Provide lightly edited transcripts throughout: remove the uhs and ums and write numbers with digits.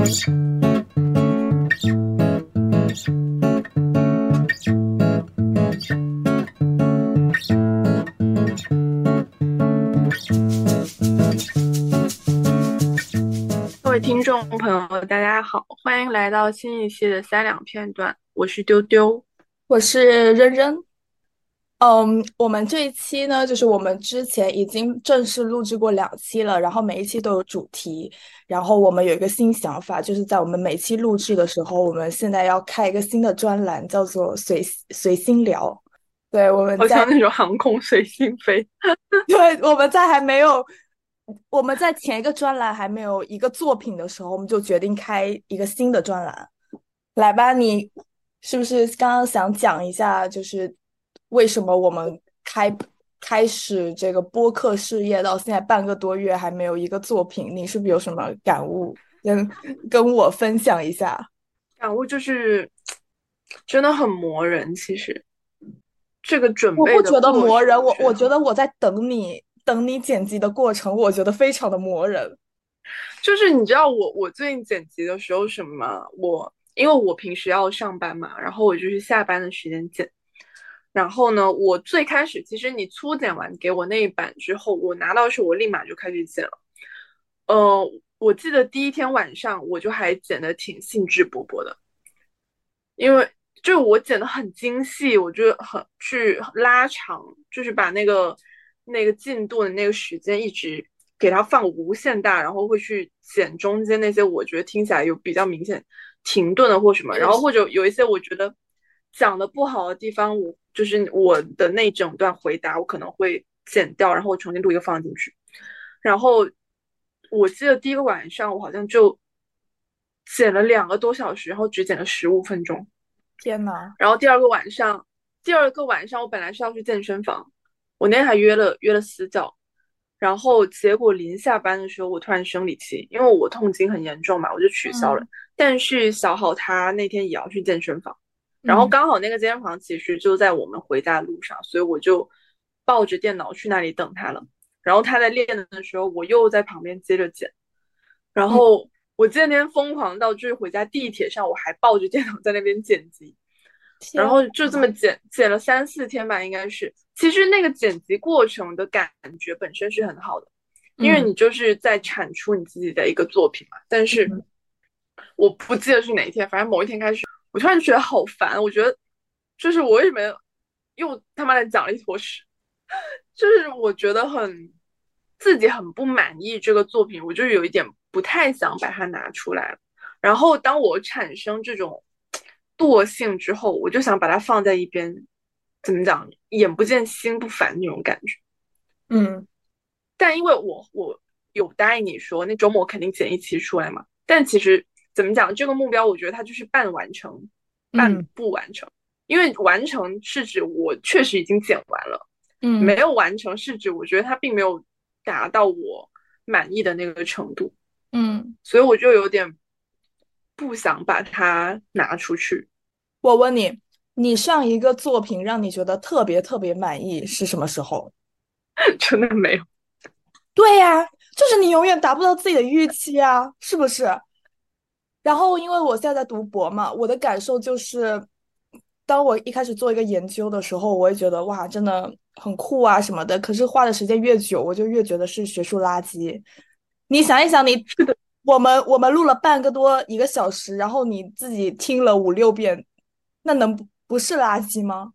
各位听众朋友，大家好，欢迎来到新一期的三两片段，我是丢丢。 我是扔扔。我们这一期呢，就是我们之前已经正式录制过2期了，然后每一期都有主题。然后我们有一个新想法，就是在我们每期录制的时候，我们现在要开一个新的专栏，叫做随心聊。对，我们在， 好像那种航空随心飞。 对，我们在前一个专栏还没有一个作品的时候，我们就决定开一个新的专栏。来吧，你是不是刚刚想讲一下，就是为什么我们开始这个播客事业到现在半个多月还没有一个作品？你是不是有什么感悟，跟我分享一下？ 感悟就是真的很磨人。其实这个准备的我不觉得过程， 磨人，我我觉得很我觉得我在等你剪辑的过程，我觉得非常的磨人。 就是你知道我最近剪辑的时候什么吗？因为我平时要上班嘛，然后我就是下班的时间剪。然后呢，我最开始其实你粗剪完给我那一版之后，我拿到的时候我立马就开始剪了。我记得第一天晚上我就还剪得挺兴致勃勃的，因为就我剪得很精细，我就很去拉长，就是把那个进度的那个时间一直给它放无限大，然后会去剪中间那些我觉得听起来有比较明显停顿的或什么，然后或者有一些我觉得讲的不好的地方，我就是我的那整段回答我可能会剪掉，然后我重新录一个放进去。然后我记得第一个晚上我好像就剪了2个多小时，然后只剪了15分钟。 天呐！ 然后第二个晚上我本来是要去健身房，我那天还约了私教，然后结果临下班的时候我突然生理期，因为我痛经很严重嘛，我就取消了。 嗯但是小好他那天也要去健身房，然后嗯刚好那个健身房其实就在我们回家的路上，所以我就抱着电脑去那里等他了。然后他在练的时候，我又在旁边接着剪。然嗯， 后我今天疯狂到就是回家地铁上，我还抱着电脑在那边剪辑，然天后就这么剪了3、4天吧，应该是。其实那个剪辑过程的感觉本身是很好的，因为嗯你就是在产出你自己的一个作品嘛。但是嗯。 我不记得是哪一天，反正某一天开始，我突然觉得好烦。我觉得就是我为什么又他妈的讲了一坨屎，就是我觉得自己很不满意这个作品，我就有一点不太想把它拿出来了。然后当我产生这种惰性之后，我就想把它放在一边，怎么讲，眼不见心不烦那种感觉。 嗯但因为我有答应你说，那周末肯定剪一期出来嘛。但其实怎么讲，这个目标我觉得它就是半完成，半嗯不完成。因为完成是指我确实已经剪完了，没嗯有完成是指我觉得它并没有达到我满意的那个程度， 嗯， 所以我就有点不想把它拿出去。 我问你，你上一个作品让你觉得特别特别满意是什么时候？ 真的没有。 对呀，就是你永远达不到自己的预期啊，是不是？然后，因为我现在在读博嘛，我的感受就是，当我一开始做一个研究的时候，我会觉得哇，真的很酷啊什么的。可是花的时间越久，我就越觉得是学术垃圾。你想一想你， 是的。 我们录了半个多一个小时，然后你自己听了5、6遍，那能不是垃圾吗？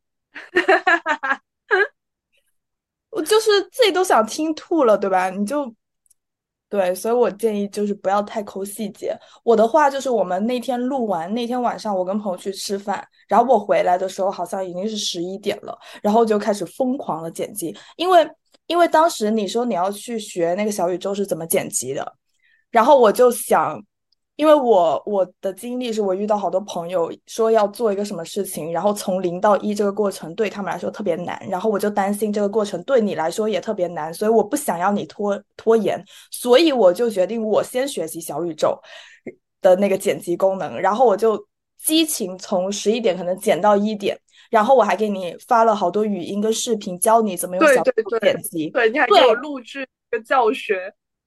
我就是自己都想听吐了，对吧？对，所以我建议就是不要太抠细节。我的话就是我们那天录完，那天晚上我跟朋友去吃饭，然后我回来的时候好像已经是11点了，然后就开始疯狂的剪辑，因为当时你说你要去学那个小宇宙是怎么剪辑的，然后我就想，因为我的经历是我遇到好多朋友说要做一个什么事情，然后从0到1这个过程对他们来说特别难，然后我就担心这个过程对你来说也特别难，所以我不想要你拖延，所以我就决定我先学习小宇宙的那个剪辑功能，然后我就激情从11点可能剪到1点，然后我还给你发了好多语音跟视频，教你怎么用对小宇宙对对剪辑。 对，你还给我对， 录制一个教学。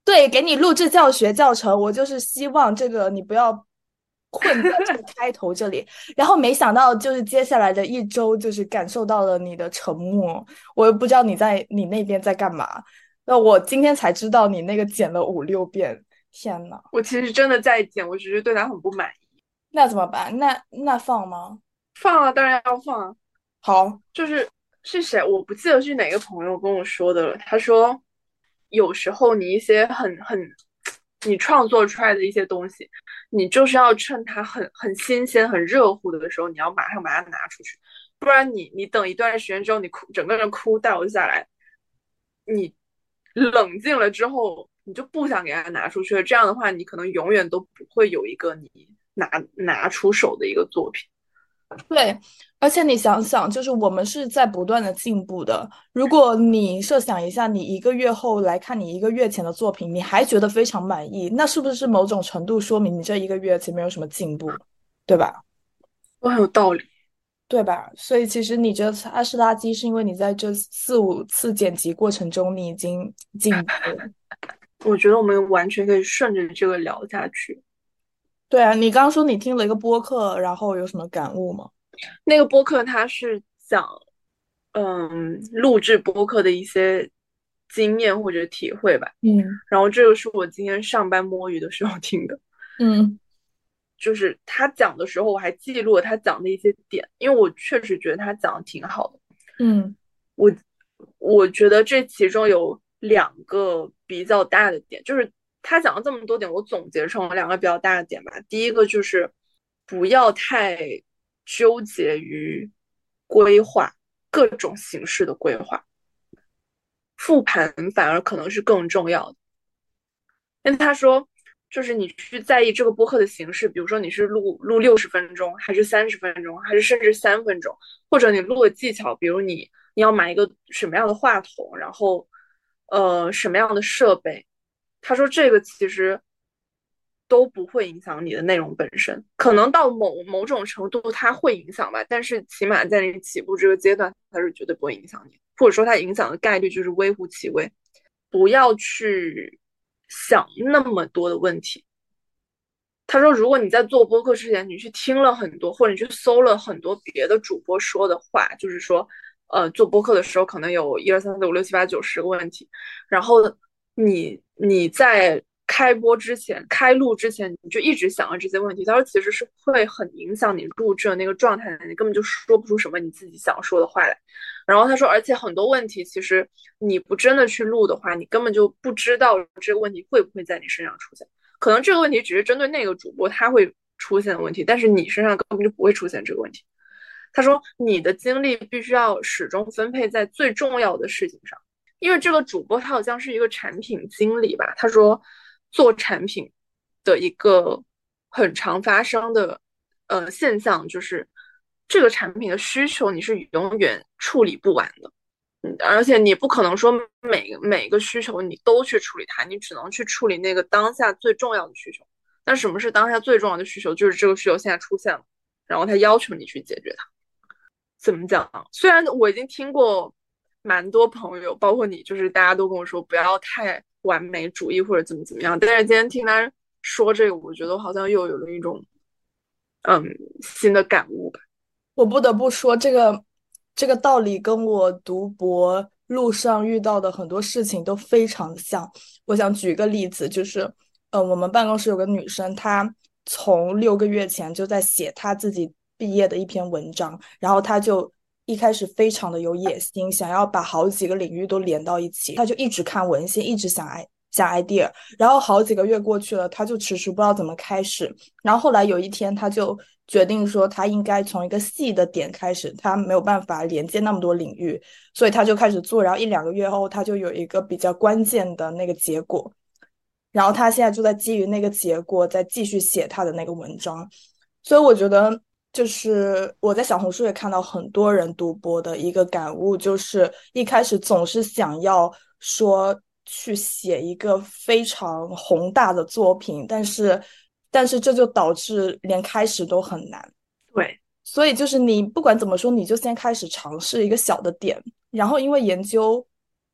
对，给你录制教学教程，我就是希望这个你不要困在这个开头这里。然后没想到就是接下来的一周，就是感受到了你的沉默，我又不知道你那边在干嘛。那我今天才知道你那个剪了5、6遍，天呐， 我其实真的在剪，我只是对他很不满意。 那怎么办？那放吗？ 放啊，当然要放啊。 好， 就是是谁，我不记得是哪个朋友跟我说的了。他说，有时候你一些你创作出来的一些东西，你就是要趁它很新鲜、很热乎的时候，你要马上把它拿出去，不然你等一段时间之后，你整个人哭掉下来，你冷静了之后，你就不想给它拿出去了。这样的话，你可能永远都不会有一个你拿出手的一个作品。 对，而且你想想，就是我们是在不断的进步的。如果你设想一下，你1个月后来看你1个月前的作品，你还觉得非常满意，那是不是某种程度说明你这1个月其实没有什么进步，对吧？ 都很有道理。 对吧？所以其实你觉得它是垃圾，是因为你在这4、5次剪辑过程中，你已经进步了。 我觉得我们完全可以顺着这个聊下去。 对啊，你刚刚说你听了一个播客，然后有什么感悟吗？ 那个播客它是讲，录制播客的一些经验或者体会吧。 嗯然后这个是我今天上班摸鱼的时候听的， 嗯就是他讲的时候，我还记录了他讲的一些点，因为我确实觉得他讲的挺好的。 嗯我我觉得这其中有2个比较大的点，就是他讲了这么多点，我总结成了2个比较大的点吧。第一个就是不要太纠结于规划，各种形式的规划，复盘反而可能是更重要的。因为他说，就是你去在意这个播客的形式，比如说你是录60分钟，还是30分钟，还是甚至3分钟，或者你录的技巧，比如你要买一个什么样的话筒，然后什么样的设备，他说这个其实都不会影响你的内容本身，可能到某种程度它会影响吧，但是起码在你起步这个阶段，它是绝对不会影响你，或者说它影响的概率就是微乎其微。不要去想那么多的问题。他说，如果你在做播客之前，你去听了很多，或者你去搜了很多别的主播说的话，就是说，做播客的时候可能有1、2、3、4、5、6、7、8、9、10个问题，然后你在开播之前、开录之前，你就一直想着这些问题。他说，其实是会很影响你录制的那个状态的，你根本就说不出什么你自己想说的话来。然后他说，而且很多问题其实你不真的去录的话，你根本就不知道这个问题会不会在你身上出现。可能这个问题只是针对那个主播他会出现的问题，但是你身上根本就不会出现这个问题。他说，你的精力必须要始终分配在最重要的事情上，因为这个主播他好像是一个产品经理吧。他说，做产品的一个很常发生的现象就是这个产品的需求你是永远处理不完的。而且你不可能说每个需求你都去处理它，你只能去处理那个当下最重要的需求。那什么是当下最重要的需求？就是这个需求现在出现了，然后他要求你去解决它。怎么讲？虽然我已经听过蛮多朋友，包括你，就是大家都跟我说不要太完美主义或者怎么样，但是今天听他说这个，我觉得好像又有了一种嗯新的感悟吧。 我不得不说，这个道理跟我读博路上遇到的很多事情都非常的像。我想举一个例子，就是，我们办公室有个女生，她从6个月前就在写她自己毕业的一篇文章，然后她就一开始非常的有野心，想要把好几个领域都连到一起，她就一直看文献，一直想 idea，然后好几个月过去了，她就迟迟不知道怎么开始，然后后来有一天，她就决定说，她应该从一个细的点开始，她没有办法连接那么多领域，所以她就开始做，然后1、2个月后，她就有一个比较关键的那个结果，然后她现在就在基于那个结果再继续写她的那个文章，所以我觉得。就是我在小红书也看到很多人读播的一个感悟，就是一开始总是想要说去写一个非常宏大的作品，但是这就导致连开始都很难。 对， 所以就是你不管怎么说，你就先开始尝试一个小的点，然后因为研究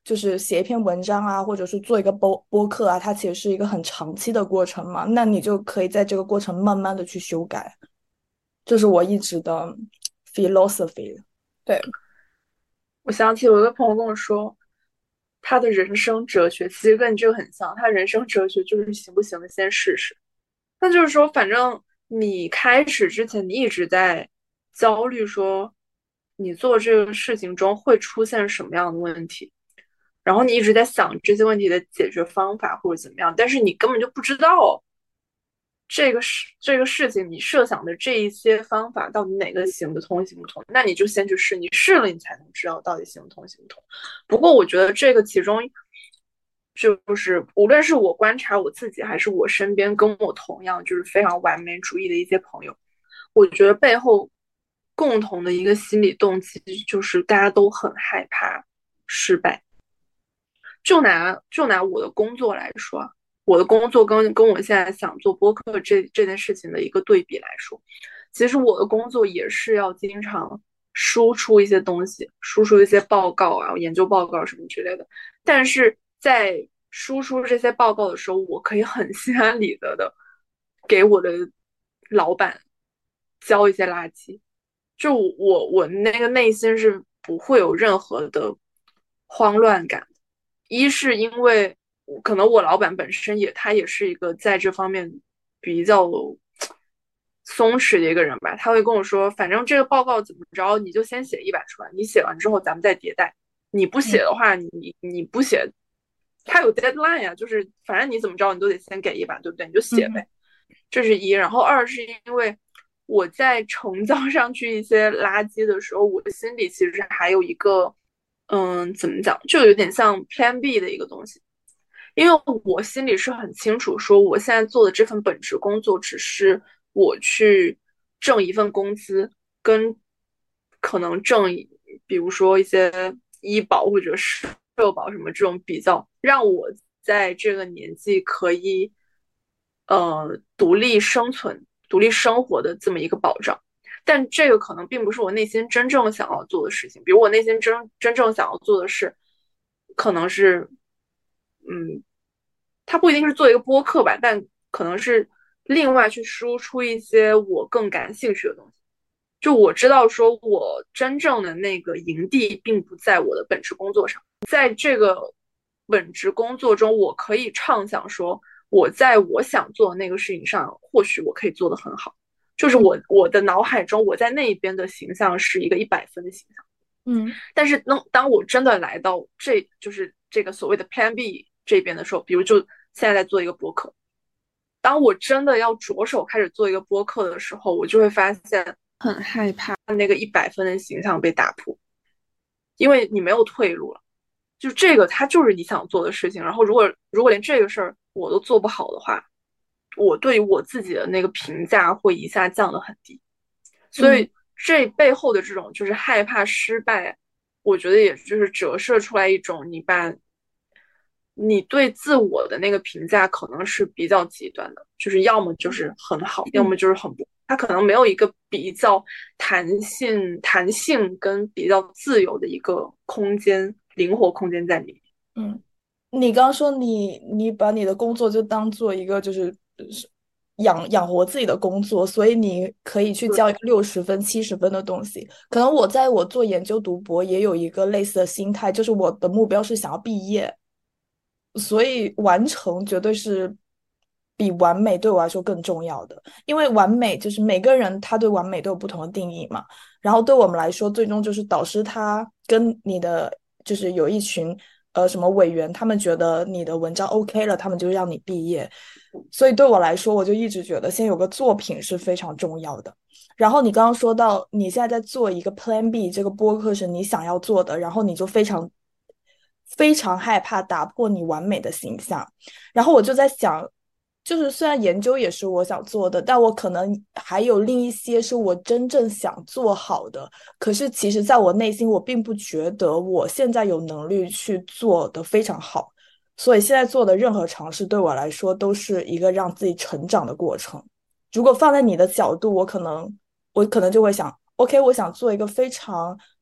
就是写一篇文章啊，或者是做一个播客啊，它其实是一个很长期的过程嘛，那你就可以在这个过程慢慢的去修改，这是我一直的 philosophy。对。 我想起我一个朋友跟我说，他的人生哲学其实跟你这个很像，他人生哲学就是行不行的先试试。那就是说，反正你开始之前，你一直在焦虑说你做这个事情中会出现什么样的问题，然后你一直在想这些问题的解决方法或者怎么样，但是你根本就不知道这个事情你设想的这一些方法到底哪个行得通行不通，那你就先去试，你试了你才能知道到底行得通行不通。不过我觉得这个其中就是无论是我观察我自己，还是我身边跟我同样就是非常完美主义的一些朋友，我觉得背后共同的一个心理动机就是大家都很害怕失败。就拿我的工作来说啊，我的工作跟我现在想做播客这件事情的一个对比来说，其实我的工作也是要经常输出一些东西，输出一些报告啊、研究报告什么之类的。但是在输出这些报告的时候，我可以很心安理得的给我的老板交一些垃圾，就我那个内心是不会有任何的慌乱感。一是因为可能我老板本身他也是一个在这方面比较松弛的一个人吧，他会跟我说，反正这个报告怎么着，你就先写1版出来，你写完之后咱们再迭代。你不写嗯的话，你不写，他有 deadline 呀，就是反正你怎么着，你都得先给1版，对不对？你就写嗯呗，这是一。然后二是因为我在承交上去一些垃圾的时候，我心里其实还有一个，怎么讲，就有点像 Plan B 的一个东西。因为我心里是很清楚，说我现在做的这份本职工作只是我去挣一份工资，跟可能挣，比如说一些医保或者是社保什么这种比较，让我在这个年纪可以独立生存、独立生活的这么一个保障。但这个可能并不是我内心真正想要做的事情。比如我内心真正想要做的是，可能是嗯，它不一定是做一个播客吧，但可能是另外去输出一些我更感兴趣的东西。就我知道，说我真正的那个营地并不在我的本职工作上，在这个本职工作中，我可以畅想说，我在我想做的那个事情上，或许我可以做得很好。就是我的脑海中，我在那边的形象是一个100分的形象。 嗯但是当我真的来到就是这个所谓的 Plan B 这边的时候，比如就现在在做一个播客，当我真的要着手开始做一个播客的时候，我就会发现很害怕那个100分的形象被打破，因为你没有退路了。就这个，它就是你想做的事情。然后如果连这个事儿我都做不好的话，我对于我自己的那个评价会一下降得很低。所嗯以这背后的这种就是害怕失败，我觉得也就是折射出来一种你对自我的那个评价可能是比较极端的，就是要么就是很好，要么嗯就是很不，它可能没有一个比较弹性跟比较自由的一个空间，灵活空间在里面。 嗯，你刚说你把你的工作就当做一个就是养活自己的工作，所以你可以去对， 教一个60分、70分的东西。可能我在我做研究读博也有一个类似的心态，就是我的目标是想要毕业，所以完成绝对是比完美对我来说更重要的。因为完美就是每个人他对完美都有不同的定义嘛。然后对我们来说，最终就是导师他跟你的就是有一群什么委员，他们觉得你的文章 OK 了，他们就让你毕业。所以对我来说，我就一直觉得先有个作品是非常重要的。然后你刚刚说到你现在在做一个 Plan B，这个播客是你想要做的，然后你就非常害怕打破你完美的形象。然后我就在想，就是虽然研究也是我想做的，但我可能还有另一些是我真正想做好的。可是其实在我内心，我并不觉得我现在有能力去做的非常好。所以现在做的任何尝试对我来说都是一个让自己成长的过程。如果放在你的角度，我可能就会想，OK，我想做一个非常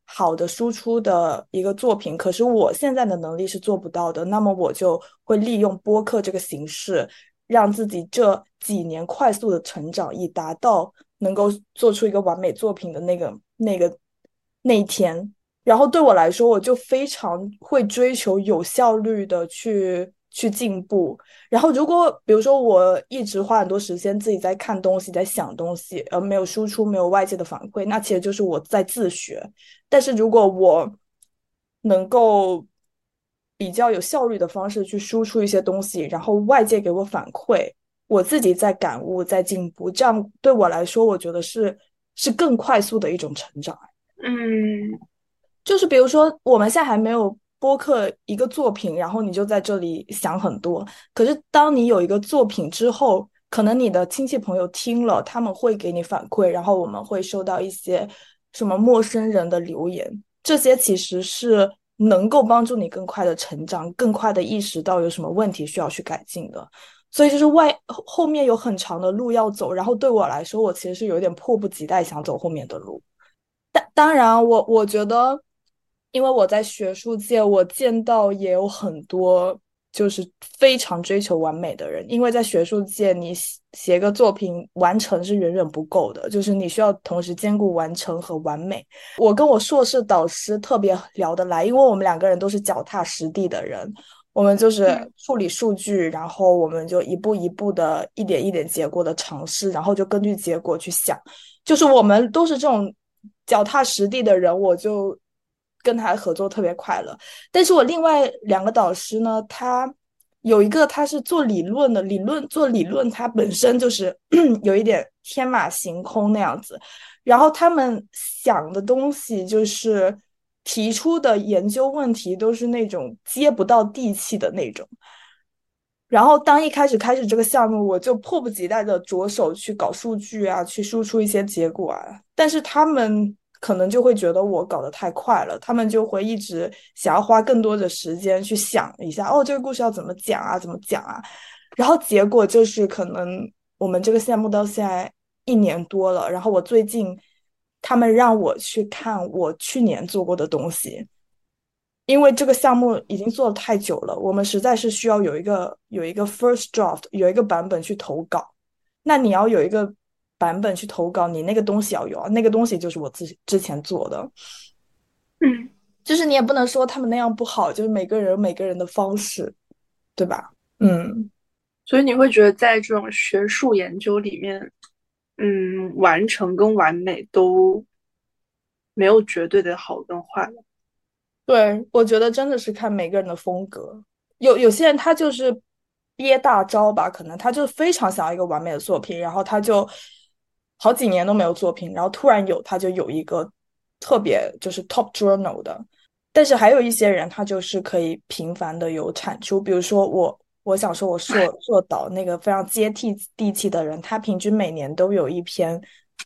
好的输出的一个作品，可是我现在的能力是做不到的，那么我就会利用播客这个形式，让自己这几年快速的成长，以达到能够做出一个完美作品的那一天。然后对我来说，我就非常会追求有效率的去进步。然后如果比如说我一直花很多时间自己在看东西，在想东西，而没有输出，没有外界的反馈，那其实就是我在自学。但是如果我能够比较有效率的方式去输出一些东西，然后外界给我反馈，我自己在感悟，在进步，这样对我来说，我觉得是更快速的一种成长。 嗯就是比如说，我们现在还没有播客一个作品，然后你就在这里想很多。可是当你有一个作品之后，可能你的亲戚朋友听了，他们会给你反馈，然后我们会收到一些什么陌生人的留言，这些其实是能够帮助你更快的成长，更快的意识到有什么问题需要去改进的。所以就是后面有很长的路要走，然后对我来说，我其实是有点迫不及待想走后面的路。当然我觉得，因为我在学术界，我见到也有很多就是非常追求完美的人。因为在学术界，你写个作品完成是远远不够的，就是你需要同时兼顾完成和完美。我跟我硕士导师特别聊得来，因为我们两个人都是脚踏实地的人。我们就是嗯处理数据，然后我们就一步一步的、一点一点结果的尝试，然后就根据结果去想。就是我们都是这种脚踏实地的人，我就跟他合作特别快乐。但是我另外两个导师呢，他有一个他是做理论的，做理论，他本身就是有一点天马行空那样子。然后他们想的东西就是提出的研究问题都是那种接不到地气的那种。然后当一开始这个项目，我就迫不及待的着手去搞数据啊，去输出一些结果啊。但是他们可能就会觉得我搞得太快了，他们就会一直想要花更多的时间去想一下，哦，这个故事要怎么讲啊，怎么讲啊。然后结果就是可能我们这个项目到现在1年多了，然后我最近他们让我去看我去年做过的东西。因为这个项目已经做了太久了，我们实在是需要有一个 first draft，有一个版本去投稿。那你要有一个版本去投稿，你那个东西要有啊，那个东西就是我自己之前做的。 嗯， 就是你也不能说他们那样不好，就是每个人有每个人的方式，对吧？嗯。 所以你会觉得在这种学术研究里面，完成跟完美都没有绝对的好跟坏了。 对，我觉得真的是看每个人的风格。有些人他就是憋大招吧，可能他就非常想要一个完美的作品，然后他就好几年都没有作品，然后突然他就有一个特别就是 top journal 的。但是还有一些人，他就是可以频繁的有产出。比如说我想说我硕导那个非常接地气的人，他平均每年都有一篇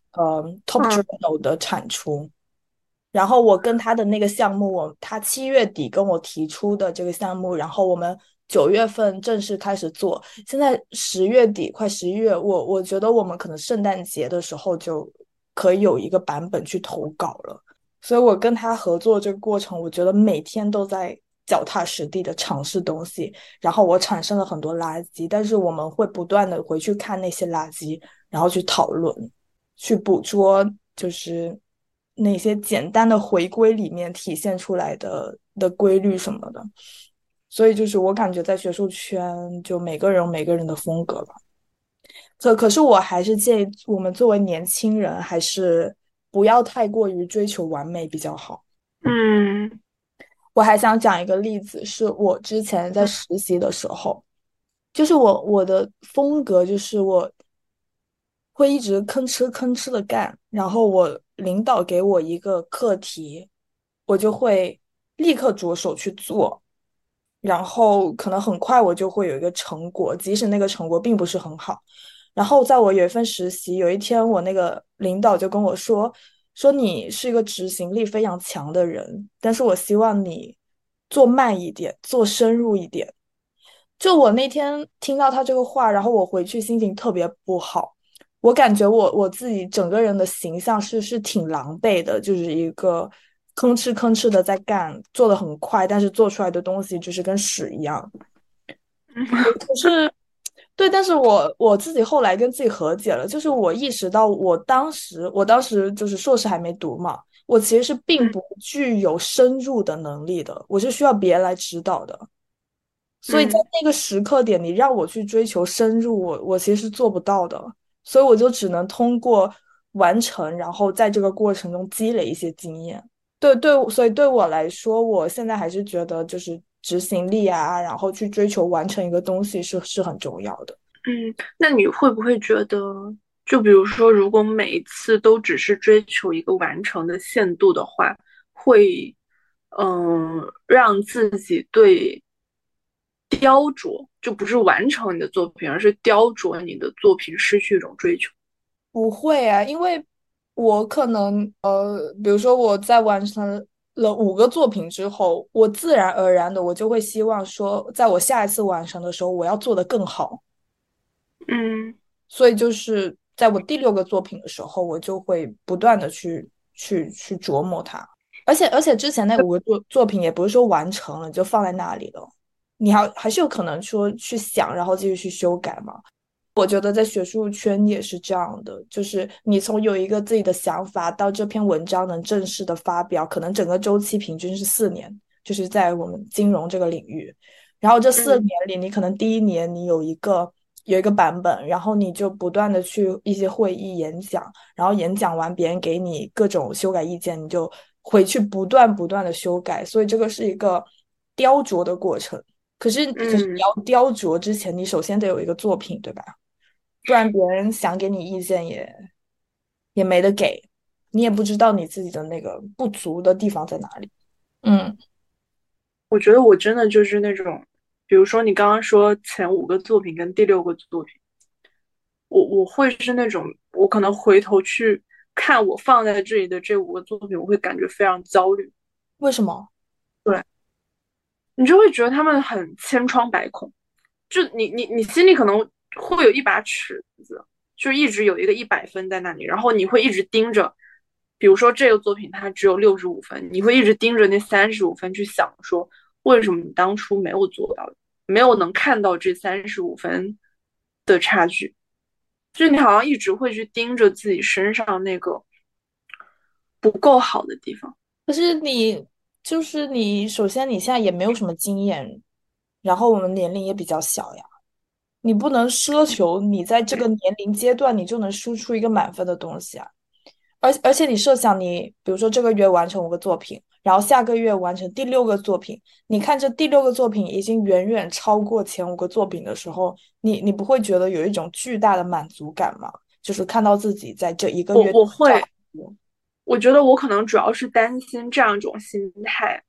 top 嗯 journal 的产出。然后我跟他的那个项目，他7月底跟我提出的这个项目，然后我们9月份正式开始做，现在10月底快11月，我觉得我们可能圣诞节的时候就可以有一个版本去投稿了。所以我跟他合作这个过程，我觉得每天都在脚踏实地的尝试东西，然后我产生了很多垃圾，但是我们会不断的回去看那些垃圾，然后去讨论，去捕捉，就是那些简单的回归里面体现出来的规律什么的。所以就是我感觉在学术圈，就每个人有每个人的风格吧。可是我还是建议我们作为年轻人，还是不要太过于追求完美比较好。 嗯我还想讲一个例子，是我之前在实习的时候，就是我的风格就是我会一直吭哧吭哧的干，然后我领导给我一个课题，我就会立刻着手去做，然后可能很快我就会有一个成果，即使那个成果并不是很好。然后在我有一份实习，有一天我那个领导就跟我说你是一个执行力非常强的人，但是我希望你做慢一点，做深入一点。就我那天听到他这个话，然后我回去心情特别不好，我感觉我自己整个人的形象是挺狼狈的，就是一个吭哧吭哧的在干，做的很快，但是做出来的东西就是跟屎一样。可是，对，但是我自己后来跟自己和解了，就是我意识到我当时就是硕士还没读嘛，我其实是并嗯不具有深入的能力的，我是需要别人来指导的。所以在嗯那个时刻点，你让我去追求深入，我其实是做不到的，所以我就只能通过完成，然后在这个过程中积累一些经验。对对，所以对我来说，我现在还是觉得就是执行力啊，然后去追求完成一个东西是很重要的。 嗯，那你会不会觉得，就比如说，如果每一次都只是追求一个完成的限度的话，会让自己对雕琢，就不是完成你的作品，而是雕琢你的作品失去一种追求。 不会啊，因为我可能比如说我在完成了5个作品之后，我自然而然的我就会希望说，在我下一次完成的时候，我要做得更好。 嗯所以就是在我第6个作品的时候，我就会不断的去琢磨它。而且之前那5个作品也不是说完成了就放在那里了，你还是有可能说去想，然后继续去修改嘛。我觉得在学术圈也是这样的，就是你从有一个自己的想法到这篇文章能正式的发表，可能整个周期平均是4年，就是在我们金融这个领域。然后这4年嗯里，你可能第一年你有一个版本，然后你就不断的去一些会议演讲，然后演讲完别人给你各种修改意见，你就回去不断的修改，所以这个是一个雕琢的过程。可是你嗯。 要雕琢之前，你首先得有一个作品，对吧？不然别人想给你意见也没得给，你也不知道你自己的那个不足的地方在哪里。嗯我觉得我真的就是那种，比如说你刚刚说前5个作品跟第6个作品，我会是那种，我可能回头去看我放在这里的这5个作品，我会感觉非常焦虑。 为什么？ 对，你就会觉得他们很千疮百孔，就你心里可能会有一把尺子，就一直有一个100分在那里，然后你会一直盯着，比如说这个作品它只有65分，你会一直盯着那35分去想说，为什么你当初没有做到，没有能看到这35分的差距，就你好像一直会去盯着自己身上那个不够好的地方。 可是你首先你现在也没有什么经验，然后我们年龄也比较小呀，你不能奢求你在这个年龄阶段你就能输出一个满分的东西啊。而且你设想你，比如说这个月完成5个作品，然后下个月完成第6个作品，你看这第6个作品已经远远超过前5个作品的时候，你不会觉得有一种巨大的满足感吗？就是看到自己在这一个我月上。 我会，我觉得我可能主要是担心这样一种心态，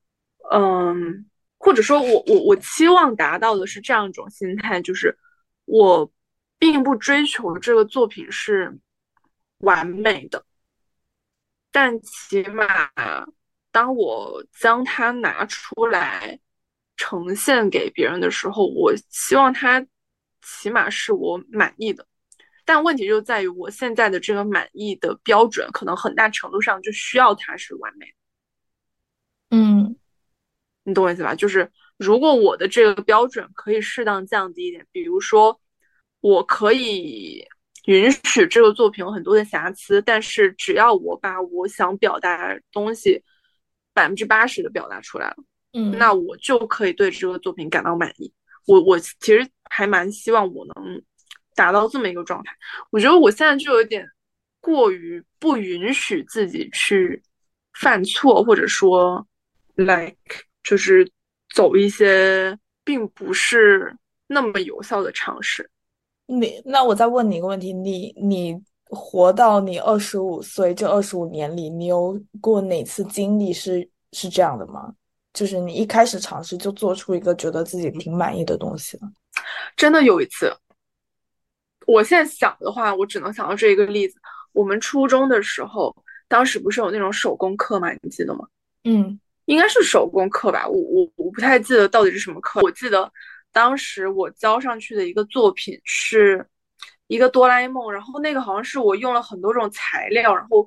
或者说我期望达到的是这样一种心态，就是我并不追求这个作品是完美的，但起码当我将它拿出来呈现给别人的时候，我希望它起码是我满意的。但问题就在于我现在的这个满意的标准，可能很大程度上就需要它是完美的。 嗯你懂我意思吧？就是如果我的这个标准可以适当降低一点，比如说我可以允许这个作品有很多的瑕疵，但是只要我把我想表达的东西80%的表达出来了， 嗯。 那我就可以对这个作品感到满意。我其实还蛮希望我能达到这么一个状态。我觉得我现在就有点过于不允许自己去犯错，或者说 like 就是走一些并不是那么有效的尝试。 那我再问你一个问题，你活到你25岁这25年里，你有过哪次经历是这样的吗？就是你一开始尝试就做出一个觉得自己挺满意的东西了。 真的有一次，我现在想的话，我只能想到这一个例子。我们初中的时候，当时不是有那种手工课嘛，你记得吗？ 嗯应该是手工课吧，我不太记得到底是什么课。我记得当时我交上去的一个作品是一个哆啦 A 梦，然后那个好像是我用了很多种材料，然后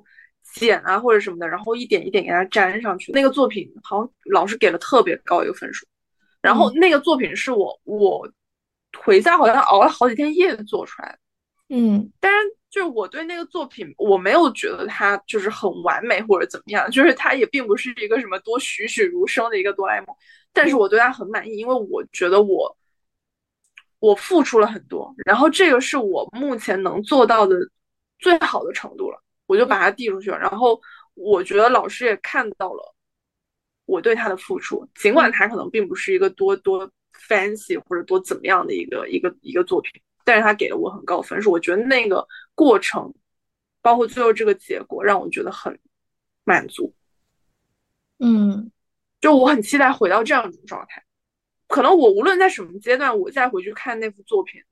剪啊或者什么的，然后一点一点给它粘上去。那个作品好像老师给了特别高一个分数，然后嗯那个作品是我回家好像熬了好几天夜做出来的。 嗯当然，就是我对那个作品，我没有觉得它就是很完美或者怎么样，就是它也并不是一个什么多栩栩如生的一个哆啦 A 梦，但是嗯我对它很满意，因为我觉得我付出了很多，然后这个是我目前能做到的最好的程度了，我就把它递出去了，然后我觉得老师也看到了我对他的付出，尽管嗯。 他可能并不是一个多 fancy 或者多怎么样的一个作品，但是他给了我很高分数，我觉得那个过程，包括最后这个结果，让我觉得很满足。 嗯就我很期待回到这样一种状态。可能我无论在什么阶段，我再回去看那幅作品，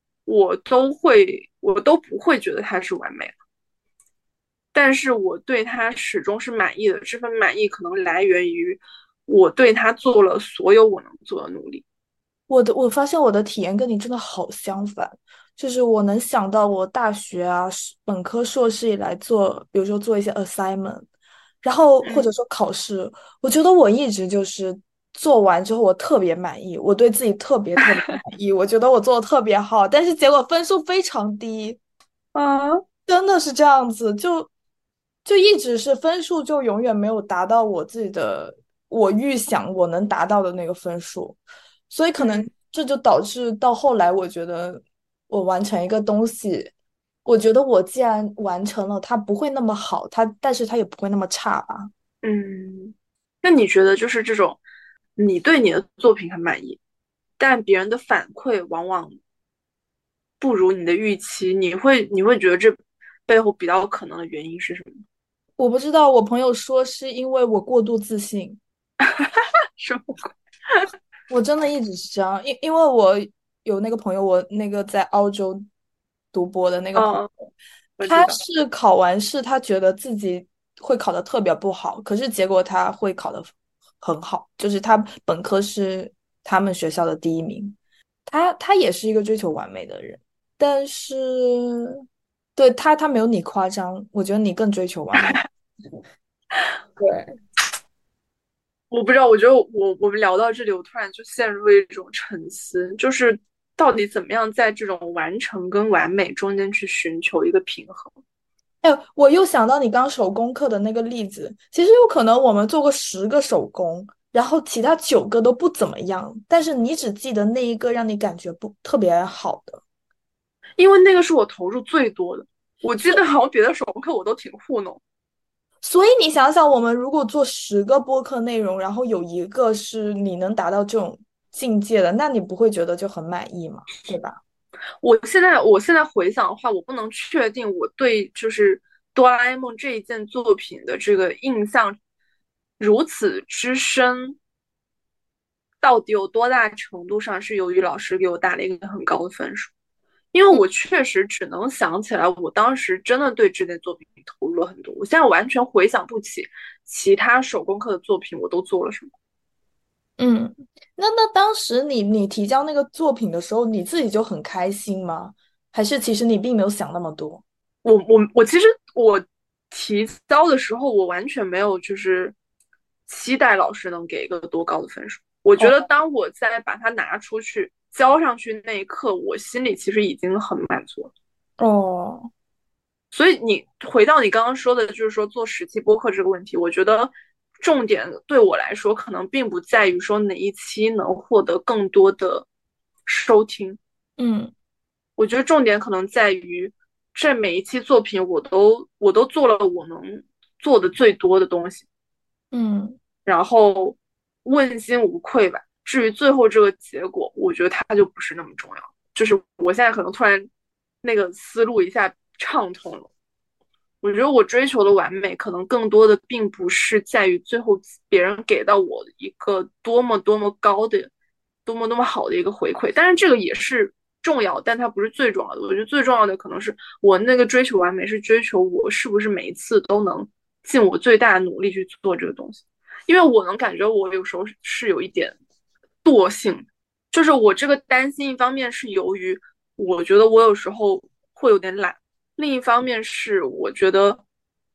我都不会觉得它是完美的，但是我对它始终是满意的。这份满意可能来源于我对它做了所有我能做的努力。 我发现我的体验跟你真的好相反，就是我能想到我大学啊、本科、硕士以来做，比如说做一些 assignment，然后或者嗯说考试，我觉得我一直就是做完之后我特别满意，我对自己特别满意，我觉得我做的特别好，但是结果分数非常低， 啊， 真的是这样子，就一直是分数就永远没有达到我自己的我预想我能达到的那个分数，所以可能嗯这就导致到后来，我觉得我完成一个东西，我觉得我既然完成了，它不会那么好，但是它也不会那么差吧。 嗯，那你觉得就是这种，你对你的作品很满意，但别人的反馈往往不如你的预期，你会觉得这背后比较可能的原因是什么？ 我不知道，我朋友说是因为我过度自信。 什么？ 我真的一直是这样，因为我有那个朋友，我那个在澳洲读博的那个朋嗯， 友， 我知道。 他是考完试，他觉得自己会考得特别不好，可是结果他会考得很好，就是他本科是他们学校的第一名。他也是一个追求完美的人，但是对他没有你夸张，我觉得你更追求完美。对。 我不知道，我觉得我们聊到这里，我突然就陷入了一种沉思，就是到底怎么样在这种完成跟完美中间去寻求一个平衡？ 哎，我又想到你刚手工课的那个例子，其实有可能我们做过10个手工，然后其他9个都不怎么样，但是你只记得那一个让你感觉不特别好的。 因为那个是我投入最多的，我记得好像别的手工课我都挺糊弄。 所以你想想，我们如果做10个播客内容，然后有一个是你能达到这种境界的，那你不会觉得就很满意吗？对吧？ 我现在回想的话，我不能确定我对就是哆啦 A 梦这一件作品的这个印象如此之深，到底有多大程度上是由于老师给我打了一个很高的分数？因为我确实只能想起来，我当时真的对这件作品投入了很多。我现在完全回想不起其他手工课的作品我都做了什么。 嗯，那当时你提交那个作品的时候，你自己就很开心吗？还是其实你并没有想那么多？ 我其实我提交的时候，我完全没有就是期待老师能给一个多高的分数。我觉哦得当我在把它拿出去交上去那一刻，我心里其实已经很满足了。 哦， 所以你回到你刚刚说的，就是说做10期播客这个问题，我觉得重点对我来说，可能并不在于说哪一期能获得更多的收听， 嗯我觉得重点可能在于这每一期作品我都做了我能做的最多的东西， 嗯。 然后问心无愧吧。至于最后这个结果，我觉得它就不是那么重要。就是我现在可能突然那个思路一下畅通了。我觉得我追求的完美，可能更多的并不是在于最后别人给到我的一个多么多么高的、多么多么好的一个回馈，但是这个也是重要，但它不是最重要的。我觉得最重要的可能是我那个追求完美，是追求我是不是每一次都能尽我最大的努力去做这个东西，因为我能感觉我有时候是有一点惰性，就是我这个担心，一方面是由于我觉得我有时候会有点懒。另一方面是，我觉得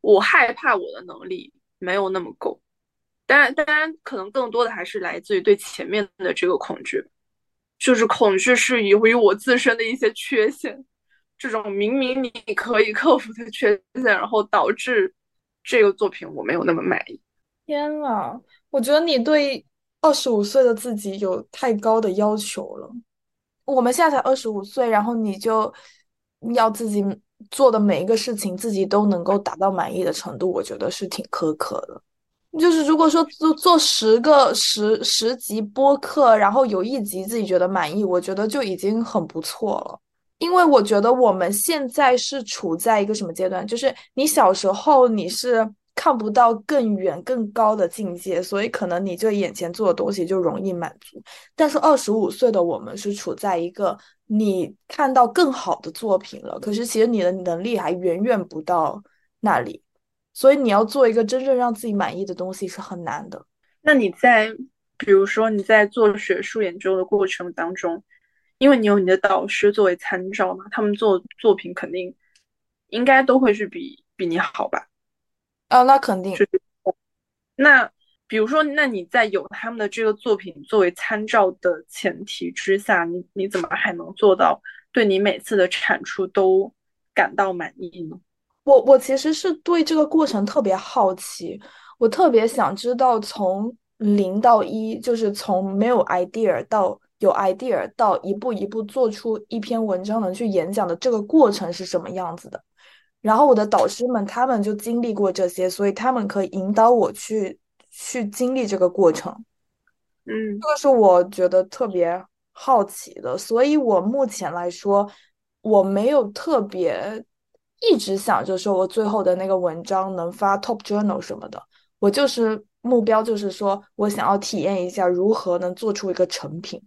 我害怕我的能力没有那么够。当然，可能更多的还是来自于对前面的这个恐惧，就是恐惧是由于我自身的一些缺陷，这种明明你可以克服的缺陷，然后导致这个作品我没有那么满意。 天呐，我觉得你对25岁的自己有太高的要求了。我们现在才25岁，然后你就要自己做的每一个事情，自己都能够达到满意的程度，我觉得是挺苛刻的。就是如果说做十集播客，然后有一集自己觉得满意，我觉得就已经很不错了。因为我觉得我们现在是处在一个什么阶段？就是你小时候你是看不到更远更高的境界，所以可能你这眼前做的东西就容易满足。但是25岁的我们是处在一个你看到更好的作品了，可是其实你的能力还远远不到那里，所以你要做一个真正让自己满意的东西是很难的。 那你在比如说你在做学术研究的过程当中，因为你有你的导师作为参照嘛，他们做作品肯定应该都会是比你好吧？ 啊，那肯定。 那比如说，那你在有他们的这个作品作为参照的前提之下，你怎么还能做到对你每次的产出都感到满意呢？ 我其实是对这个过程特别好奇，我特别想知道从0到1，就是从没有 idea 到有 idea 到一步一步做出一篇文章能去演讲的这个过程是什么样子的。然后我的导师们他们就经历过这些，所以他们可以引导我去经历这个过程。 嗯这个是我觉得特别好奇的，所以我目前来说，我没有特别一直想着说我最后的那个文章能发 top journal 什么的，我就是目标就是说我想要体验一下如何能做出一个成品。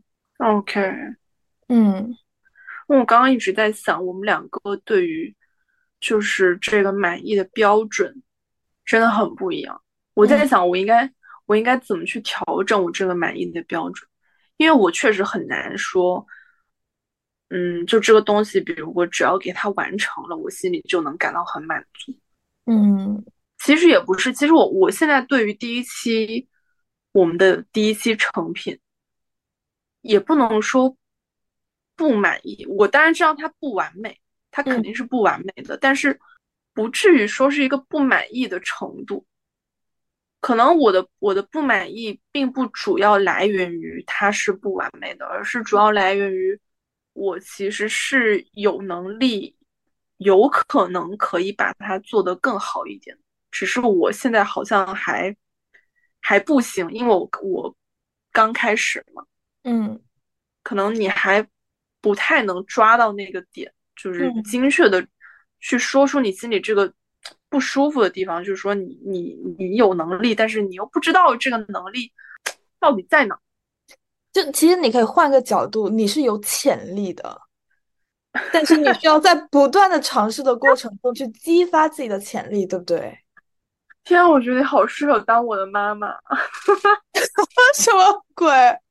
，OK。 嗯因为我刚刚一直在想，我们两个对于就是这个满意的标准真的很不一样。我嗯在想，我应该怎么去调整我这个满意的标准，因为我确实很难说，就这个东西，比如我只要给它完成了，我心里就能感到很满足。 嗯其实也不是，其实我现在对于我们的第一期成品，也不能说不满意。我当然知道它不完美，它肯定嗯是不完美的，但是不至于说是一个不满意的程度。可能我的不满意并不主要来源于它是不完美的，而是主要来源于我其实是有能力，有可能可以把它做得更好一点，只是我现在好像还不行，因为我刚开始嘛。 嗯可能你还不太能抓到那个点，就是嗯。 精确的去说出你心里这个不舒服的地方，就是说你有能力，但是你又不知道这个能力到底在哪。 就其实你可以换个角度，你是有潜力的，但是你需要在不断的尝试的过程中去激发自己的潜力，对不对？ 天啊，我觉得好适合当我的妈妈。 什么鬼？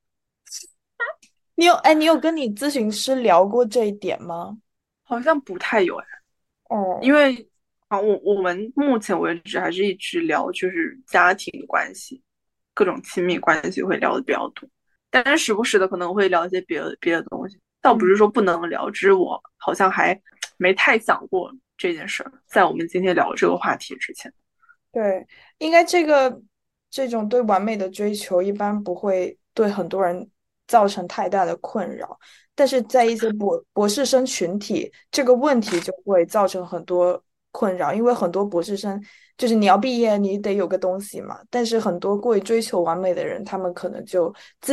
你有跟你咨询师聊过这一点吗？ 好像不太有哎，因哦， 为我们目前为止还是一直聊就是家庭关系，各种亲密关系会聊的比较多，但是时不时的可能会聊一些别的东西，倒不嗯， 是说不能聊，只是我好像还没太想过这件事儿，在我们今天聊这个话题之前。 对，应该这种对完美的追求，一般不会对很多人造成太大的困扰，但是在一些博士生群体，这个问题就会造成很多困扰，因为很多博士生就是你要毕业，你得有个东西嘛，但是很多过于追求完美的人，他们可能就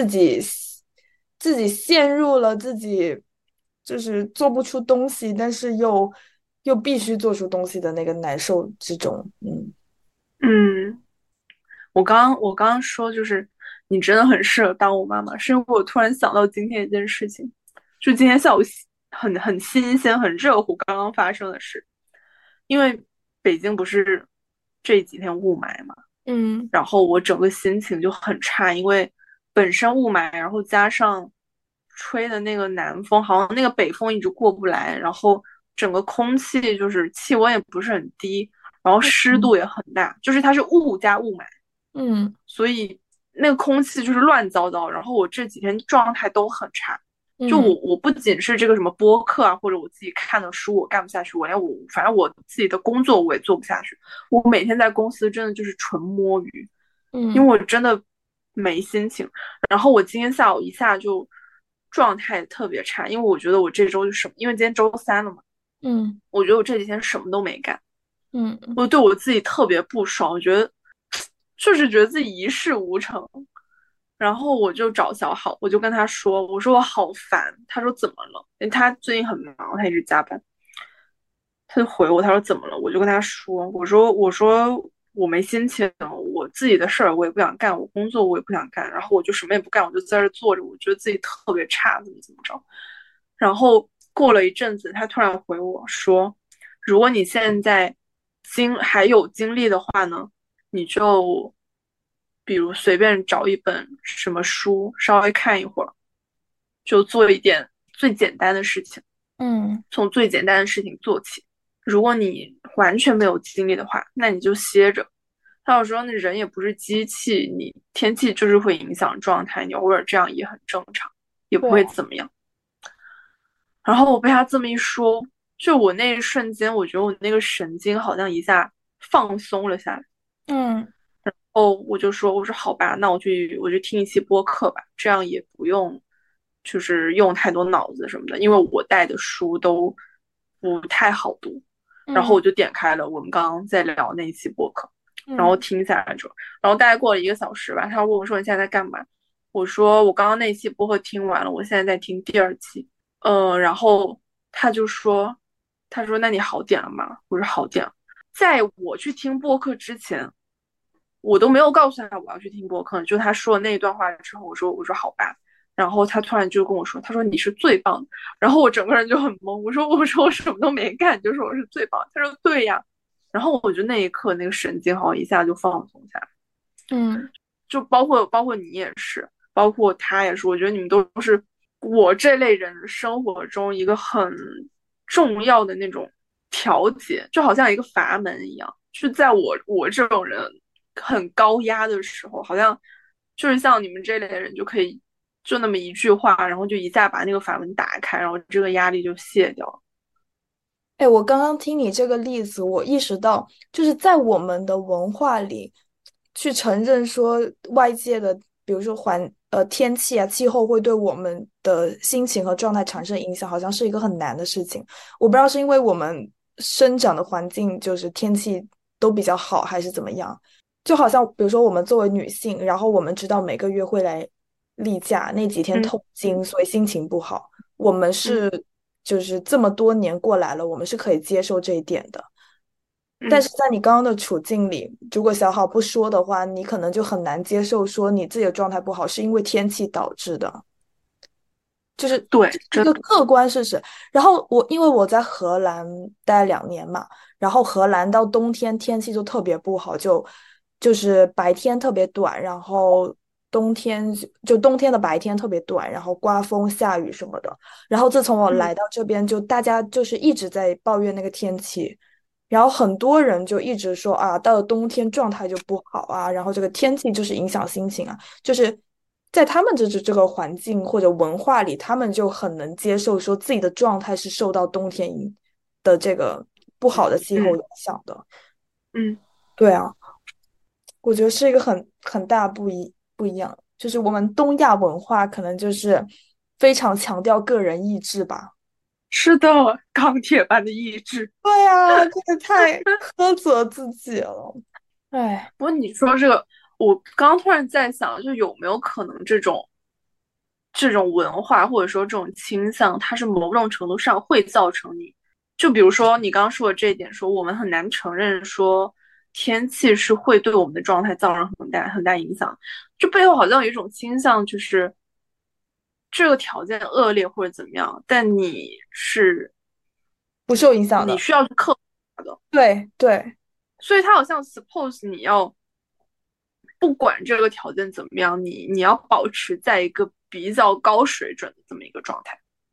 自己陷入了自己就是做不出东西，但是又必须做出东西的那个难受之中，嗯。 嗯，我刚刚说就是你真的很适合当我妈妈，是因为我突然想到今天一件事情，就今天下午很新鲜、很热乎刚刚发生的事。因为北京不是这几天雾霾嘛， 嗯然后我整个心情就很差，因为本身雾霾，然后加上吹的那个南风，好像那个北风一直过不来，然后整个空气就是气温也不是很低， 然后湿度也很大，就是它是雾加雾霾， 嗯所以那个空气就是乱糟糟。然后我这几天状态都很差，就我嗯我不仅是这个什么播客啊，或者我自己看的书我干不下去，我反正我自己的工作我也做不下去。我每天在公司真的就是纯摸鱼，因为嗯我真的没心情。然后我今天下午一下就状态特别差，因为我觉得我这周就什么，因为今天周三了嘛， 嗯我觉得我这几天什么都没干， 嗯嗯， 我对我自己特别不爽，我觉得就是觉得自己一事无成。然后我就找小好，我就跟他说，我说我好烦。他说怎么了？因为他最近很忙，他一直加班。他就回我，他说怎么了？我就跟他说，我说我没心情，我自己的事儿我也不想干，我工作我也不想干，然后我就什么也不干，我就在这坐着，我觉得自己特别差，怎么着。然后过了一阵子，他突然回我说，如果你现在还有精力的话呢，你就比如随便找一本什么书，稍微看一会儿，就做一点最简单的事情， 嗯从最简单的事情做起。如果你完全没有精力的话，那你就歇着。他有说，那人也不是机器，你天气就是会影响状态，你偶尔这样也很正常，也不对， 会怎么样。然后我被他这么一说，就我那一瞬间，我觉得我那个神经好像一下放松了下来。 嗯哦，我就说，我说好吧，那我去听一期播客吧，这样也不用就是用太多脑子什么的，因为我带的书都不太好读。然后嗯我就点开了我们刚刚在聊那一期播客，然后嗯听下来之后，然后大概过了1个小时吧，他问我说你现在在干嘛？我说我刚刚那期播客听完了，我现在在听第二期。然后他就说，他说那你好点了吗？我说好点了。在我去听播客之前，我都没有告诉他我要去听播客，就他说了那一段话之后，我说好吧。然后他突然就跟我说，他说你是最棒的。然后我整个人就很懵，我说我什么都没干，就说我是最棒的。他说对呀。然后我觉得那一刻那个神经好像一下就放松下来， 嗯， 就包括你也是，包括他也是，我觉得你们都是我这类人生活中一个很重要的那种调节，就好像一个阀门一样。就在我这种人很高压的时候，好像就是像你们这类人就可以就那么一句话，然后就一下把那个阀门打开，然后这个压力就卸掉了。 哎，我刚刚听你这个例子，我意识到，就是在我们的文化里，去承认说外界的，比如说天气啊、气候会对我们的心情和状态产生影响，好像是一个很难的事情。我不知道是因为我们生长的环境就是天气都比较好，还是怎么样。就好像比如说我们作为女性，然后我们知道每个月会来例假，那几天嗯痛经， 嗯所以心情不好。我们嗯是就是这么多年过来了，我们是可以接受这一点的。但嗯， 是在你刚刚的处境里，如果小好不说的话，你可能就很难接受说你自己的状态不好是因为天气导致的，就是对， 这是一个客观事实。然后因为我在荷兰待2年嘛，然后荷兰到冬天天气就特别不好，就是白天特别短，然后冬天的白天特别短，然后刮风下雨什么的。然后自从我嗯来到这边，就大家就是一直在抱怨那个天气，然后很多人就一直说啊，到了冬天状态就不好啊，然后这个天气就是影响心情啊，就是在他们这个环境或者文化里，他们就很能接受说自己的状态是受到冬天的这个不好的气候嗯影响的。 嗯。 对啊，我觉得是一个很大不一样，就是我们东亚文化可能就是非常强调个人意志吧。 是的，钢铁般的意志。 对呀，这个太苛责自己了。哎， 不过你说这个，我刚突然在想，就有没有可能这种文化或者说这种倾向，它是某种程度上会造成你，就比如说你刚刚说的这一点，说我们很难承认说天气是会对我们的状态造成很大很大影响，这背后好像有一种倾向，就是这个条件恶劣或者怎么样，但不受影响你的。 需要去克服它的， 对对， 所以它好像 suppose 你要不管这个条件怎么样，你要保持在一个比较高水准的这么一个状态。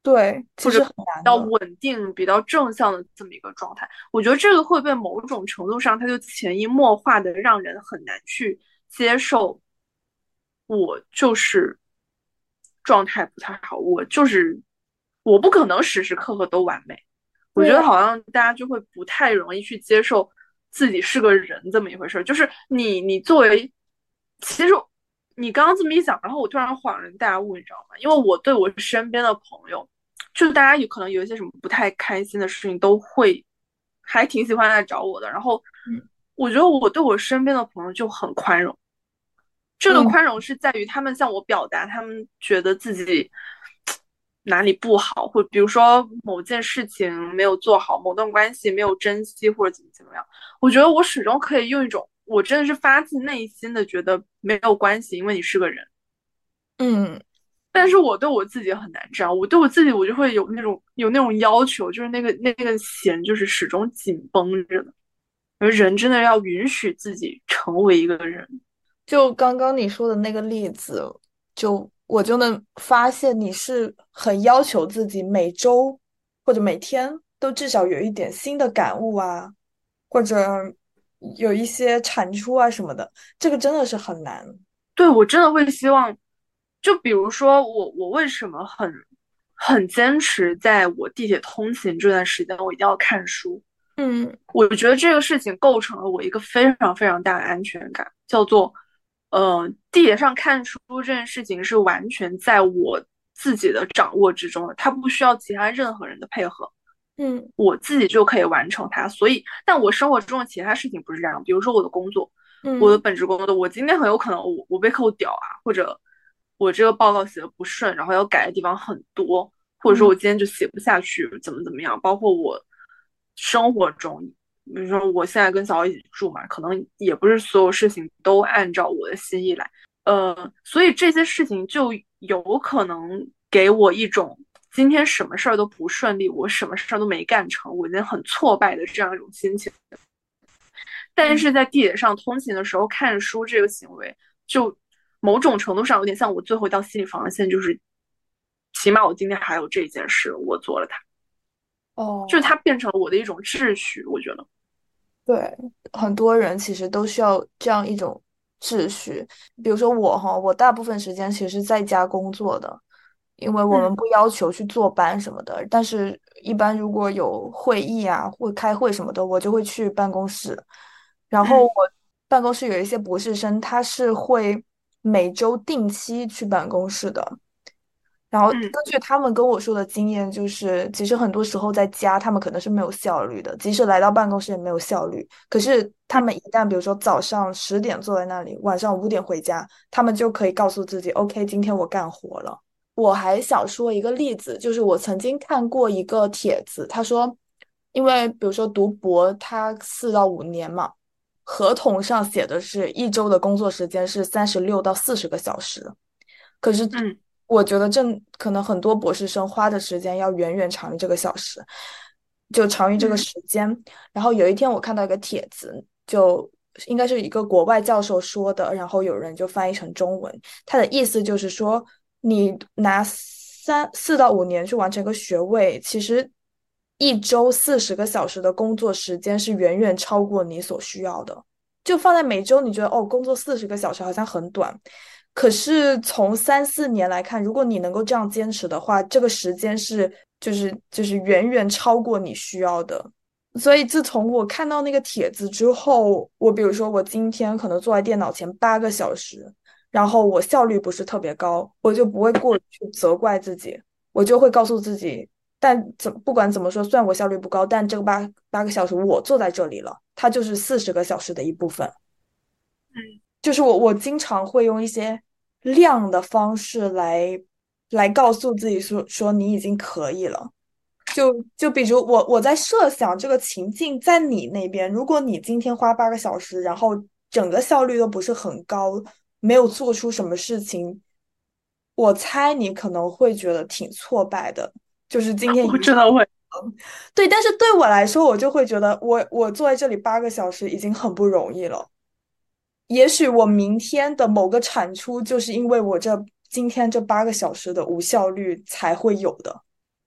对，其实很比较难的。 稳定、比较正向的这么一个状态。我觉得这个会被某种程度上，它就潜移默化的让人很难去接受，我就是状态不太好，我不可能时时刻刻都完美。我觉对呀， 得好像大家就会不太容易去接受自己是个人这么一回事。就是你作为，其实你刚刚这么一讲，然后我突然恍然大悟，你知道吗？因为我对我身边的朋友，就是大家有可能有一些什么不太开心的事情，都会还挺喜欢来找我的。然后嗯我觉得我对我身边的朋友就很宽容。这个嗯宽容是在于他们向我表达，他们觉得自己哪里不好，或比如说某件事情没有做好，某段关系没有珍惜，或者怎么样。我觉得我始终可以用一种我真的是发自内心的觉得没有关系，因为你是个人。 嗯， 但是我对我自己很难这样，我对我自己我就会有那种要求，就是那个弦就是始终紧绷着的。而人真的要允许自己成为一个人。 就刚刚你说的那个例子，我就能发现你是很要求自己每周或者每天都至少有一点新的感悟啊，或者有一些产出啊什么的，这个真的是很难。 对，我真的会希望，就比如说我为什么很坚持，在我地铁通勤这段时间，我一定要看书。 嗯我觉得这个事情构成了我一个非常非常大的安全感，叫做，地铁上看书这件事情是完全在我自己的掌握之中的，它不需要其他任何人的配合。 嗯我自己就可以完成它。所以，但我生活中的其他事情不是这样，比如说我的工作，我的嗯本职工作，我今天很有可能我被客户屌啊，或者我这个报告写的不顺，然后要改的地方很多，或者说嗯我今天就写不下去，怎么样，包括我生活中。比如说，我现在跟小奥一起住嘛，可能也不是所有事情都按照我的心意来，所以这些事情就有可能给我一种今天什么事儿都不顺利，我什么事儿都没干成，我已经很挫败的这样一种心情。但嗯， 是在地铁上通勤的时候看书这个行为，就某种程度上有点像我最后一道心理防线，就是起码我今天还有这件事，我做了它，就是哦。 它变成了我的一种秩序，我觉得。 对，很多人其实都需要这样一种秩序。比如说我哈，我大部分时间其实是在家工作的，因为我们嗯不要求去坐班什么的。但是，一般如果有会议啊或开会什么的，我就会去办公室。然后嗯我办公室有一些博士生，他是会每周定期去办公室的。然后嗯根据他们跟我说的经验，就是其实很多时候在家，他们可能是没有效率的，即使来到办公室也没有效率。可是他嗯们一旦比如说早上10点坐在那里，晚上5点回家，他们就可以告诉自己，OK，今天我干活了。我还想说一个例子，就是我曾经看过一个帖子，他说，因为比如说读博，他4到5年嘛，合同上写的是一周的工作时间是36到40个小时。可是嗯我觉得这可能很多博士生花的时间要远远长于这个小时，就长于这个嗯时间。然后有一天我看到一个帖子，就应该是一个国外教授说的，然后有人就翻译成中文，他的意思就是说，你拿4到5年去完成一个学位，其实一周40个小时的工作时间是远远超过你所需要的。就放在每周，你觉得哦，工作40个小时好像很短，可是从3、4年来看，如果你能够这样坚持的话，这个时间是就是远远超过你需要的。所以自从我看到那个帖子之后，我比如说我今天可能坐在电脑前8个小时，然后我效率不是特别高，我就不会过去责怪自己，我就会告诉自己，不管怎么说，虽然我效率不高，但这个八个小时我坐在这里了，它就是40个小时的一部分。 嗯， 就是我经常会用一些量的方式来告诉自己说你已经可以了。就比如我在设想这个情境在你那边，如果你今天花8个小时，然后整个效率都不是很高，没有做出什么事情，我猜你可能会觉得挺挫败的。就是今天我一上真的会。 对，但是对我来说，我就会觉得我坐在这里8个小时已经很不容易了。也许我明天的某个产出，就是因为我今天这8个小时的无效率才会有的。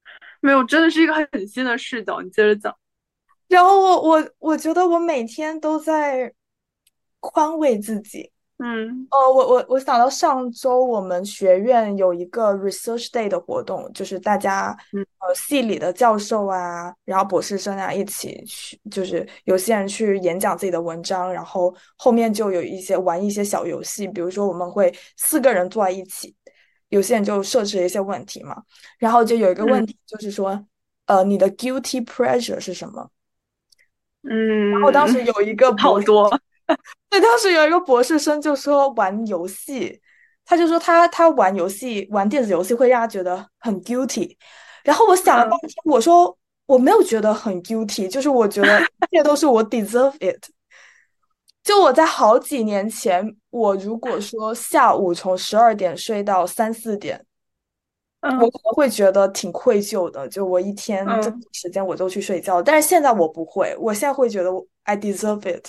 没有，真的是一个很新的视角。你接着讲。 然后我觉得我每天都在宽慰自己。 嗯我想到上周我们学院有一个 Research Day 的活动，就是大家嗯系里的教授啊，然后博士生啊一起去，就是有些人去演讲自己的文章，然后后面就有一些玩一些小游戏，比如说我们会4个人坐在一起，有些人就设置了一些问题嘛，然后就有一个问嗯题就是说，你的 guilty pleasure 是什么？然后当嗯， 时有一个博士。 好多。 对，当时有一个博士生就说玩游戏，他就说他玩游戏玩电子游戏会让他觉得很 guilty，然后我想了半嗯天，我说我没有觉得很 guilty，就是我觉得一切都是我 deserve it。就我在好几年前，我如果说下午从12点睡到3、4点，我嗯可能会觉得挺愧疚的，就我一天这么嗯。 多时间我都去睡觉，但是现在我不会，我现在会觉得I deserve it。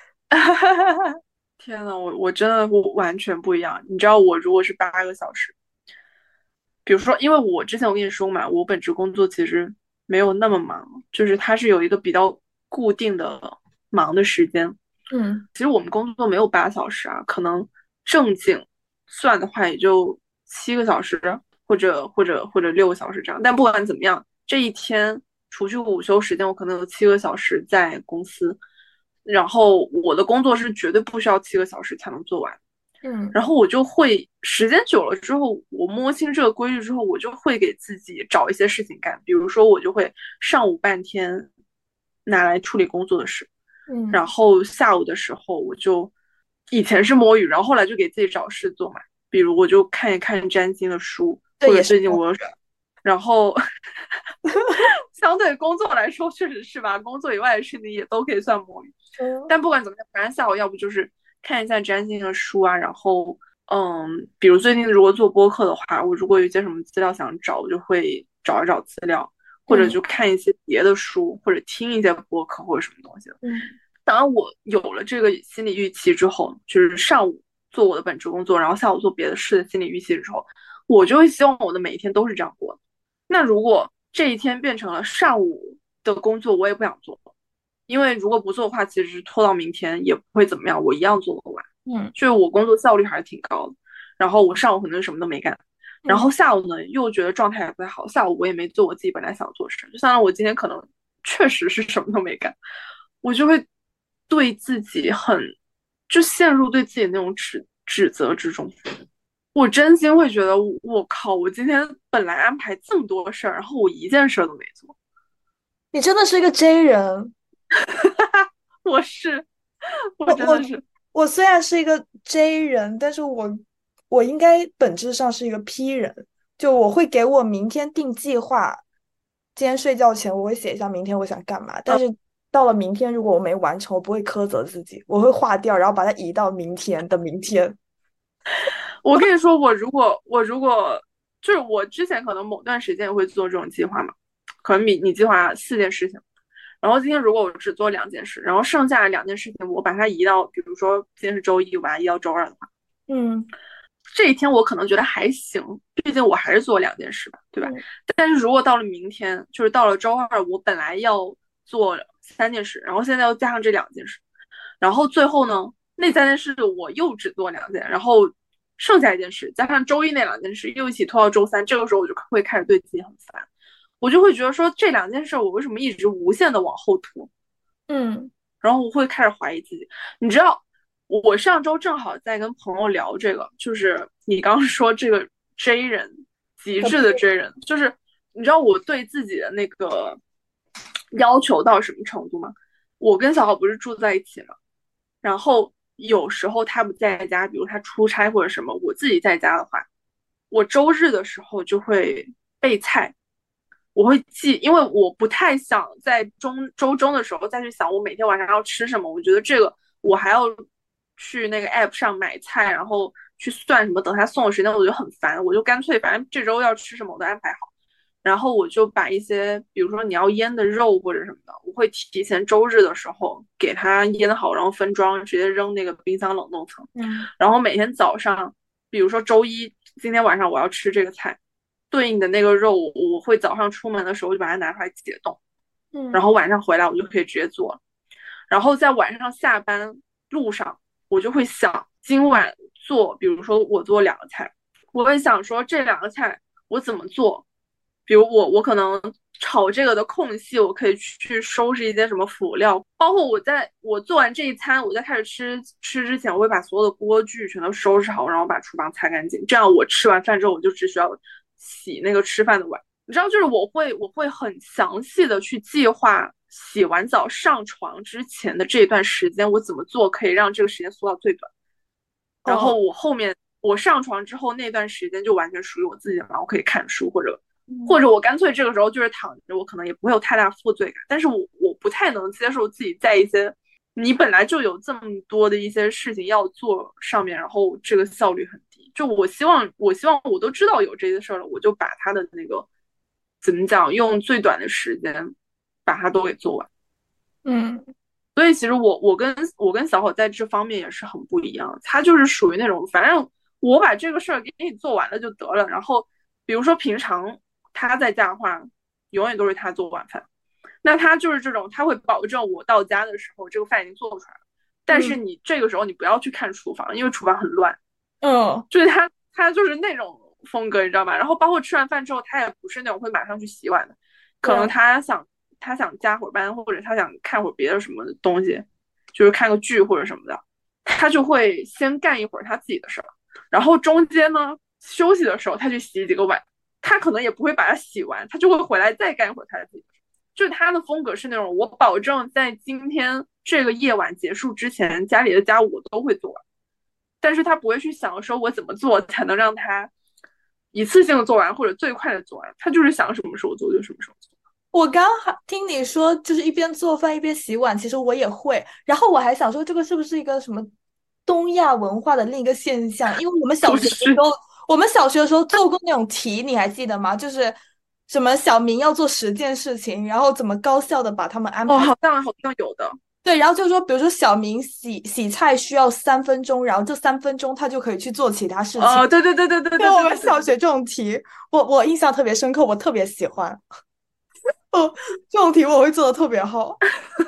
天呐，我真的完全不一样。你知道，我如果是8个小时，比如说，因为我之前我跟你说嘛，我本职工作其实没有那么忙，就是它是有一个比较固定的忙的时间。 嗯其实我们工作没有8小时啊，可能正经算的话也就7个小时，或者6个小时这样。但不管怎么样，这一天除去午休时间，我可能有7个小时在公司。然后我的工作是绝对不需要7个小时才能做完。 嗯然后我就会时间久了之后，我摸清这个规律之后，我就会给自己找一些事情干。比如说，我就会上午半天拿来处理工作的事，然嗯。 后下午的时候我就以前是摸鱼，然后后来就给自己找事做嘛。比如我就看一看占星的书，或者这也是最近我，然后相对工作来说确实是吧，工作以外的事情也都可以算摸鱼。 嗯但不管怎么样，反正下午要不就是看一下占星的书啊，然后比如最近如果做播客的话，我如果有一些什么资料想找，我就会找一找资料，或者嗯就看一些别的书，或者听一些播客或者什么东西的。 嗯当然，我有了这个心理预期之后，就是上午做我的本职工作，然后下午做别的事的心理预期之后，我就会希望我的每一天都是这样过的。那如果这一天变成了上午的工作，我也不想做，因为如果不做的话，其实拖到明天也不会怎么样，我一样做得完。 嗯就是我工作效率还是挺高的。然后我上午可能什么都没干，然嗯， 后下午呢又觉得状态也不太好，下午我也没做我自己本来想做的事，就相当于我今天可能确实是什么都没干，我就会对自己就陷入对自己那种指责之中。我真心会觉得，我靠，我今天本来安排这么多事儿，然后我一件事儿都没做。 你真的是一个 J 人。 我是，我我我真的是。 我虽然是一个 J 人，但是我应该本质上是一个 P 人。就我会给我明天定计划，今天睡觉前我会写一下明天我想干嘛，但是到了明天如果我没完成，我不会苛责自己，我会划掉，然后把它移到明天的明天。 我跟你说，我如果就是我之前可能某段时间会做这种计划嘛，可能你计划4件事情，然后今天如果我只做2件事，然后剩下的2件事情我把它移到，比如说今天是周一，我把它移到周二的话， 嗯这一天我可能觉得还行，毕竟我还是做2件事吧，对吧？ 嗯但是如果到了明天，就是到了周二，我本来要做3件事，然后现在又加上这2件事，然后最后呢，那3件事我又只做2件，然后剩下1件事加上周一那2件事又一起拖到周三，这个时候我就会开始对自己很烦，我就会觉得说这2件事我为什么一直无限的往后拖， 嗯然后我会开始怀疑自己。你知道，我上周正好在跟朋友聊这个，就是你刚刚说这个 J 人，极致的 J 人，就是你知道我对自己的那个要求到什么程度吗？我跟小豪不是住在一起嘛，然后有时候他不在家，比如他出差或者什么，我自己在家的话，我周日的时候就会备菜，我会记，因为我不太想在周中的时候再去想我每天晚上要吃什么。我觉得这个我还要去那个 app 上买菜，然后去算什么等他送的时间，我就很烦。我就干脆反正这周要吃什么我都安排好，然后我就把一些比如说你要腌的肉或者什么的，我会提前周日的时候给它腌好，然后分装，直接扔那个冰箱冷冻层。 嗯然后每天早上，比如说周一今天晚上我要吃这个菜。 对应的那个肉，我会早上出门的时候就把它拿出来解冻，然嗯后晚上回来我就可以直接做了。然后在晚上下班路上，我就会想今晚做，比如说我做2个菜，我会想说这2个菜我怎么做，比如我可能炒这个的空隙，我可以去收拾一些什么辅料，包括我做完这一餐，我在开始吃之前，我会把所有的锅具全都收拾好，然后把厨房擦干净，这样我吃完饭之后，我就只需要洗那个吃饭的碗。你知道，就是我会很详细的去计划洗完澡上床之前的这一段时间，我怎么做可以让这个时间缩到最短。然哦后我后面我上床之后那段时间就完全属于我自己了，我可以看书或者我干脆这个时候就是躺着，我可能也不会有太大负罪感。但是我不太能接受自己在一些你本来就有这么多的一些事情要做上面，然后这个效率很低。就我希望我都知道有这些事儿了，我就把它的那个怎么讲，用最短的时间把它都给做完。 嗯所以其实我跟小伙在这方面也是很不一样，他就是属于那种，反正我把这个事儿给你做完了就得了。然后比如说平常他在家的话，永远都是他做晚饭，那他就是这种，他会保证我到家的时候这个饭已经做出来了。但是嗯你这个时候你不要去看厨房，因为厨房很乱， 嗯就是他就是那种风格，你知道吗？然后包括吃完饭之后，他也不是那种会马上去洗碗的，可能对， 他想加会儿班，或者他想看会儿别的什么东西，就是看个剧或者什么的，他就会先干一会儿他自己的事儿，然后中间呢休息的时候他去洗几个碗，他可能也不会把它洗完，他就会回来再干一会儿他自己的事。就是他的风格是那种，我保证在今天这个夜晚结束之前，家里的家务我都会做完。但是他不会去想说我怎么做才能让他一次性的做完或者最快的做完，他就是想什么时候做就什么时候做。 我刚还听你说，就是一边做饭一边洗碗，其实我也会。然后我还想说，这个是不是一个什么东亚文化的另一个现象？因为我们小不是学的时候，做过那种题，你还记得吗？就是什么小明要做10件事情，然后怎么高效的把他们安哦， 排。 好像有的。 对，然后就是说，比如说小明洗菜需要3分钟，然后这3分钟他就可以去做其他事情。 哦，对对对对对对对，我对对对。 们小学这种题，我印象特别深刻，我特别喜欢。哦，这种题我会做的特别好。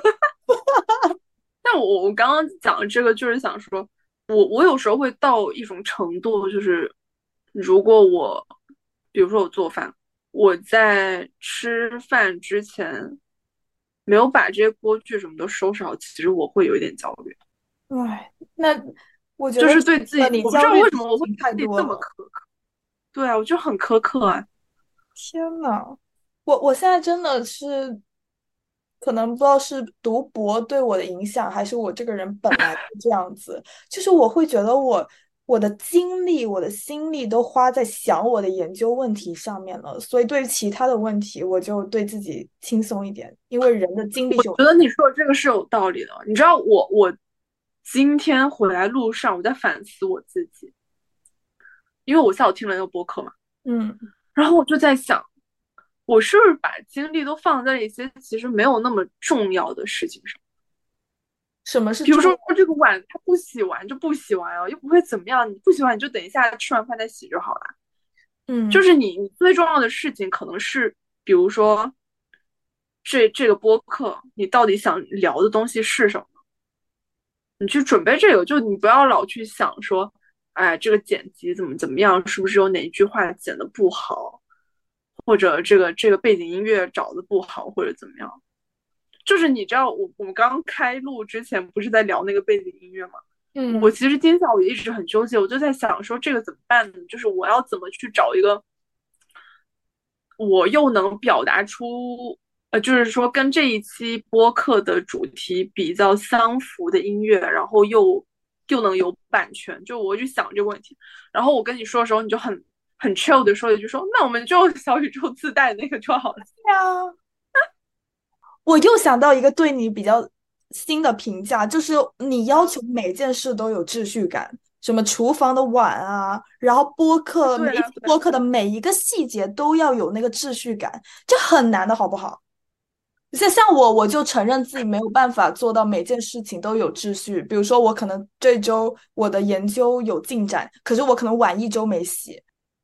但我刚刚讲的这个，就是想说，我有时候会到一种程度，就是如果比如说我做饭，我在吃饭之前没有把这些锅具什么都收拾好，其实我会有一点焦虑。 唉，那我觉得就是对自己， 你我不知道焦虑的事为什么我会情太对自己这么多了。 苛刻。对啊，我就很苛刻啊。 天呐，我现在真的是，可能不知道是读博对我的影响，还是我这个人本来就这样子，就是我会觉得我的精力、我的心力都花在想我的研究问题上面了，所以对于其他的问题，我就对自己轻松一点，因为人的精力是有。 我觉得你说的这个是有道理的。你知道我今天回来路上，我在反思我自己，因为我下午听了那个播客嘛， 嗯， 然后我就在想，我是不是把精力都放在一些其实没有那么重要的事情上？ 什么是重要？ 比如说这个碗它不洗完就不洗完哦，又不会怎么样，你不洗完你就等一下吃完饭再洗就好了。就嗯。 是你最重要的事情可能是，比如说这个播客，你到底想聊的东西是什么？你去准备这个，就你不要老去想说，哎，这个剪辑怎么样，是不是有哪一句话剪的不好，或者这个背景音乐找的不好，或者怎么样？就是你知道我们刚开录之前不是在聊那个背景音乐吗？我嗯。 其实今天下午也一直很纠结，我就在想说这个怎么办呢？就是我要怎么去找一个我又能表达出，就是说跟这一期播客的主题比较相符的音乐，然后又能有版权，就我就想这个问题。然后我跟你说的时候，你就很 chill 的说了一句说，那我们就小宇宙自带那个就好了。 对啊，我又想到一个对你比较新的评价，就是你要求每件事都有秩序感，什么厨房的碗啊，然后每一对啊，对啊。 期播客的每一个细节都要有那个秩序感，这很难的好不好？像我，我就承认自己没有办法做到每件事情都有秩序。比如说，我可能这周我的研究有进展，可是我可能晚1周没洗。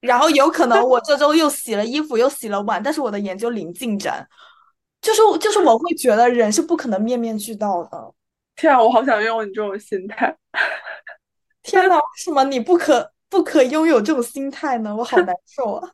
然后有可能我这周又洗了衣服，又洗了碗，但是我的研究零进展。就是我会觉得人是不可能面面俱到的。 天啊，我好想拥有你这种心态。 天呐，为什么你不可拥有这种心态呢？我好难受啊！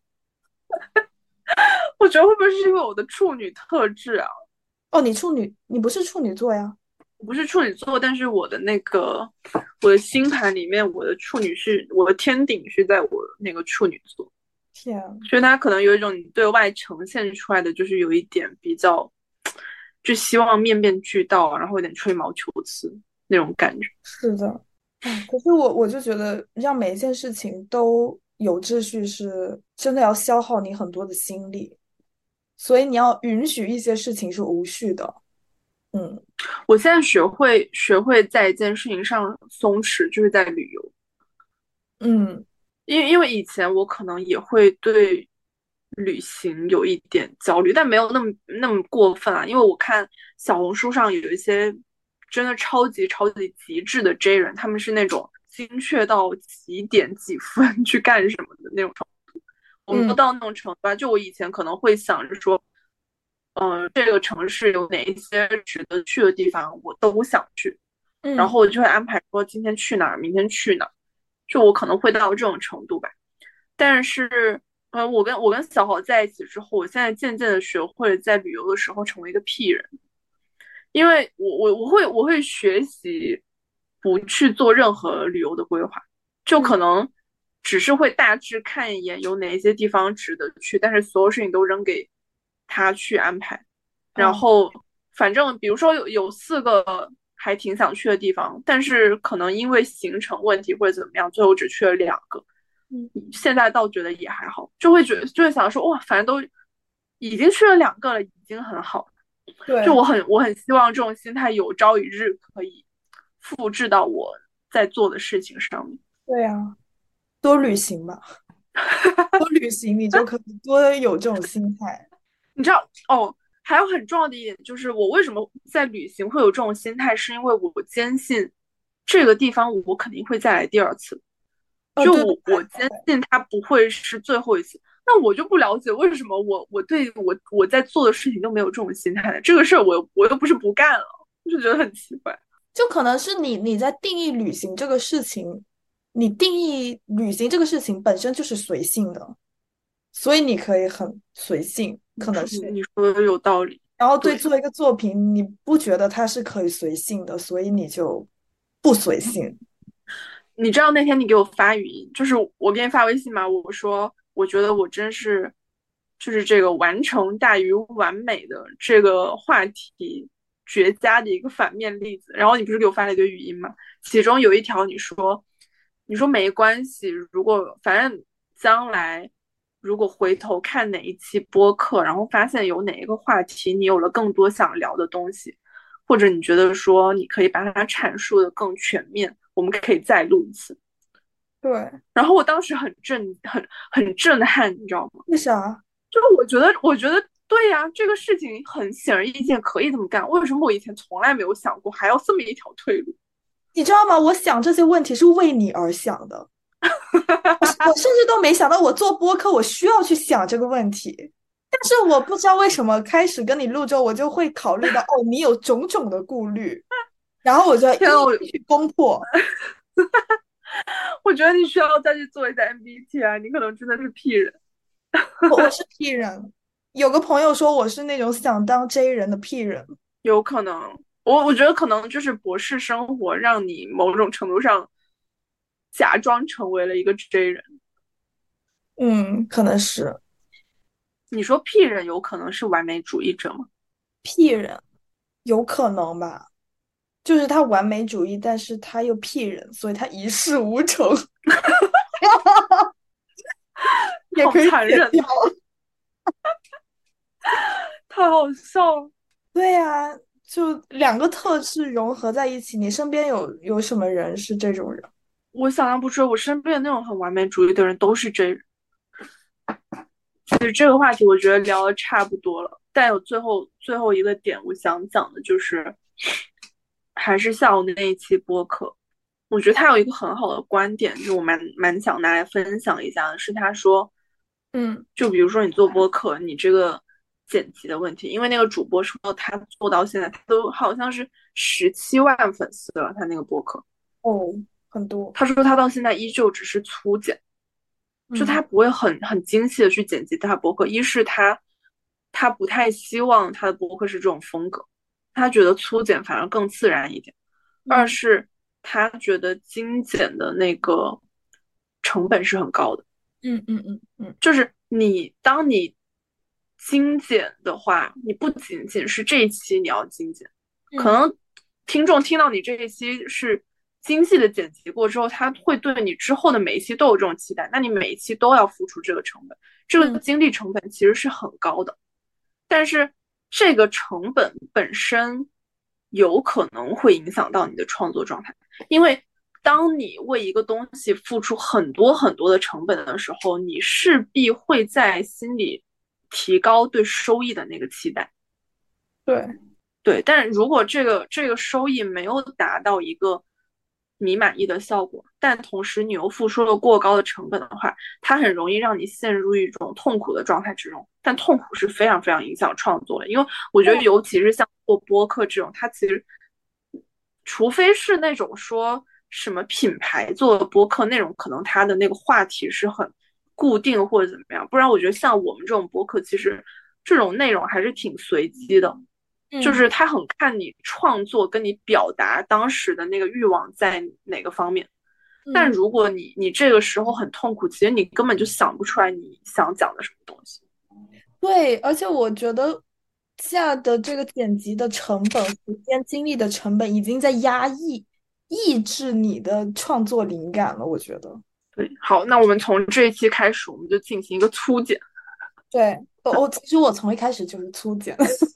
我觉得会不会是因为我的处女特质啊？ 哦，你处女，你不是处女座呀？ 我不是处女座，但是我的那个我的星盘里面，我的处女是我的天顶是在我那个处女座， 天， 所以它可能有一种你对外呈现出来的，就是有一点比较，就希望面面俱到，然后有点吹毛求疵那种感觉。 是的。哎，可是我就觉得让每一件事情都有秩序，是真的要消耗你很多的心力，所以你要允许一些事情是无序的。嗯我现在学会在一件事情上松弛，就是在旅游。 嗯因为以前我可能也会对旅行有一点焦虑，但没有那么过分啊。因为我看小红书上有一些真的超级超级极致的 J 人，他们是那种精确到几点几分去干什么的那种程度。我没有嗯到那种程度吧，就我以前可能会想着说，这个城市有哪一些值得去的地方，我都想去，然嗯后我就会安排说今天去哪儿，明天去哪儿，就我可能会到这种程度吧。但是，我跟小豪在一起之后，我现在渐渐的学会了在旅游的时候成为一个 P 人，因为我会学习不去做任何旅游的规划，就嗯可能只是会大致看一眼有哪一些地方值得去，但是所有事情都扔给他去安排。然啊后反正比如说有4个还挺想去的地方，但是可能因为行程问题或者怎么样，最后只去了2个。 嗯， 现在倒觉得也还好，就会想说哇，反正都已经去了2个了，已经很好。就对我很希望这种心态有朝一日可以复制到我在做的事情上面。 对呀，多旅行吧，多旅行你就可以多有这种心态。 你知道哦，还有很重要的一点就是，我为什么在旅行会有这种心态，是因为我坚信这个地方我肯定会再来第二次。 哦，对对我坚信它不会是最后一次。那我就不了解为什么我对我在做的事情都没有这种心态呢？这个事儿我又不是不干了，就觉得很奇怪。 就可能是你在定义旅行这个事情，你定义旅行这个事情本身就是随性的，所以你可以很随性，可能是。 你说的有道理。 然后对对， 做一个作品，你不觉得它是可以随性的，所以你就不随性。 你知道那天你给我发语音，就是我给你发微信嘛，我说我觉得我真是就是这个完成大于完美的这个话题绝佳的一个反面例子。然后你不是给我发了一个语音嘛，其中有一条你说没关系，如果反正将来如果回头看哪一期播客，然后发现有哪一个话题你有了更多想聊的东西，或者你觉得说你可以把它阐述的更全面，我们可以再录一次。 对， 然后我当时很震撼，你知道吗？ 为啥？ 就是我觉得对呀，这个事情很显而易见可以这么干，为什么我以前从来没有想过还要这么一条退路？ 你知道吗？我想这些问题是为你而想的。我甚至都没想到，我做播客我需要去想这个问题。但是我不知道为什么开始跟你录之后，我就会考虑到，哦，你有种种的顾虑，然后我就要一天啊， 一去攻破。 我觉得你需要再去做一下 MBTI，你可能真的是 P 人。 我是 P 人，有个朋友说我是那种想当 J 人的 P 人。 有可能，我觉得可能就是博士生活让你某种程度上假装成为了一个 J 人。 嗯，可能是你说 P 人有可能是完美主义者吗？ P 人，有可能吧。就是他完美主义，但是他又 P 人，所以他一事无成，也好可以残忍， 剪掉。 太好笑了。 对呀，就两个特质融合在一起。你身边有什么人是这种人？ 我想象不出我身边那种很完美主义的人都是 J 人。其实这个话题我觉得聊的差不多了，但有最后一个点我想讲的就是，还是像我那一期播客， 我觉得他有一个很好的观点，就我蛮想拿来分享一下的，是他说， 嗯就比如说你做播客，你这个剪辑的问题，因为那个主播说他做到现在，他都好像是17万粉丝了，他那个播客， 哦，很多。 他说他到现在依旧只是粗剪，就他嗯不会很精细的去剪辑他的播客，一是他不太希望他的播客是这种风格，他觉得粗剪反而更自然一点。二嗯是他觉得精简的那个成本是很高的， 嗯嗯嗯嗯就是当你精简的话，你不仅仅是这一期你要精简，可嗯能听众听到你这一期是精细的剪辑过之后，他会对你之后的每一期都有这种期待，那你每一期都要付出这个成本，这个嗯精力成本其实是很高的。但是这个成本本身有可能会影响到你的创作状态，因为当你为一个东西付出很多很多的成本的时候，你势必会在心里提高对收益的那个期待。 对。 对，但如果这个收益没有达到一个你满意的效果，但同时你又付出了过高的成本的话，它很容易让你陷入一种痛苦的状态之中。但痛苦是非常非常影响创作的，因为我觉得尤其是像做播客这种，它其实除非是那种说什么品牌做的播客那种，可能它的那个话题是很固定或者怎么样，不然我觉得像我们这种播客，其实这种内容还是挺随机的。就嗯是他很看你创作跟你表达当时的那个欲望在哪个方面。但嗯。 如果你这个时候很痛苦，其实你根本就想不出来你想讲的什么东西。 对，而且我觉得下的这个剪辑的成本、时间、精力的成本已经在抑制你的创作灵感了。我觉得， 对，好，那我们从这一期开始，我们就进行一个粗剪。 对，其实我从一开始就是粗剪。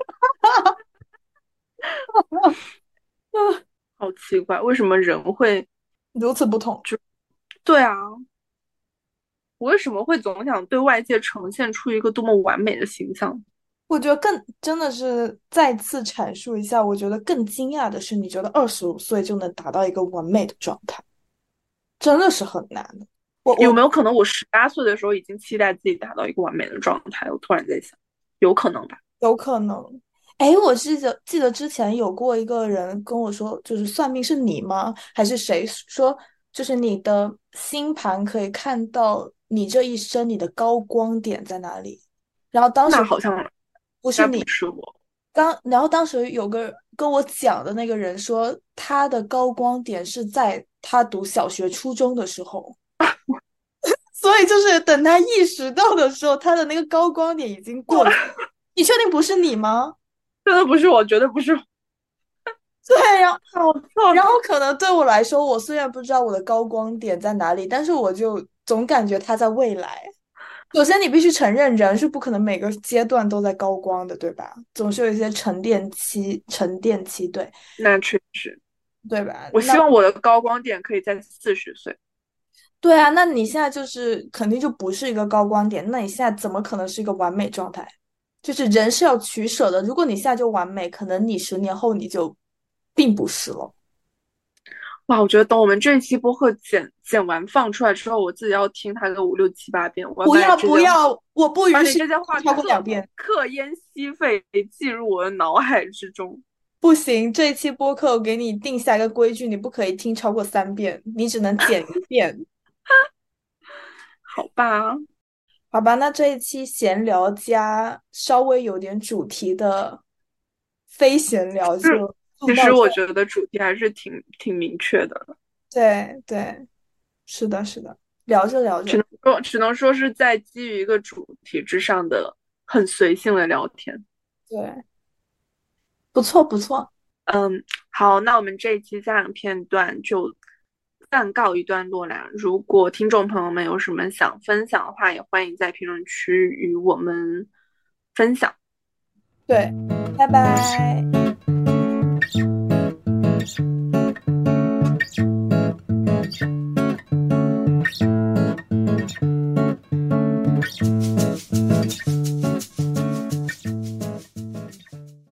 好奇怪，为什么人会？ 如此不同。 对啊，我为什么会总想对外界呈现出一个多么完美的形象？ 我觉得真的是再次阐述一下，我觉得更惊讶的是，你觉得25岁就能达到一个完美的状态，真的是很难的。我有没有可能我18岁的时候已经期待自己达到一个完美的状态？我突然在想，有可能吧。 有可能。哎，我记得之前有过一个人跟我说，就是算命是你吗？还是谁说，就是你的星盘可以看到你这一生你的高光点在哪里？然后当时那好像应该不不是你是我。 然后当时有个跟我讲的那个人说，他的高光点是在他读小学、初中的时候，所以就是等他意识到的时候，他的那个高光点已经过去。你确定不是你吗？ 真的不是我，绝对不是我。 对呀， 好错。 然后可能对我来说，我虽然不知道我的高光点在哪里，但是我就总感觉它在未来。首先，你必须承认，人是不可能每个阶段都在高光的，对吧？总是有一些沉淀期，沉淀期，对那确实， 对吧？ 我希望我的高光点可以在40岁。 对啊，那你现在就是肯定就不是一个高光点，那你现在怎么可能是一个完美状态？就是人是要取舍的，如果你现在就完美，可能你10年后你就并不是了。 哇，我觉得等我们这一期播客剪完放出来之后，我自己要听它个5、6、7、8遍，我要不要把你这些不要，我不允许把你这些话超过2遍。 刻烟吸肺，记入我的脑海之中。 不行，这一期播客我给你定下一个规矩，你不可以听超过3遍，你只能剪1遍。 好吧。 好吧，那这一期闲聊加稍微有点主题的非闲聊是， 就录其实到这。 我觉得主题还是挺明确的。 对对，是的，是的，聊着聊着。 只能说是在基于一个主题之上的很随性的聊天。 对，不错不错。 嗯，好，那我们这一期家长片段就暂告一段落啦。如果听众朋友们有什么想分享的话，也欢迎在评论区与我们分享。 对，拜拜。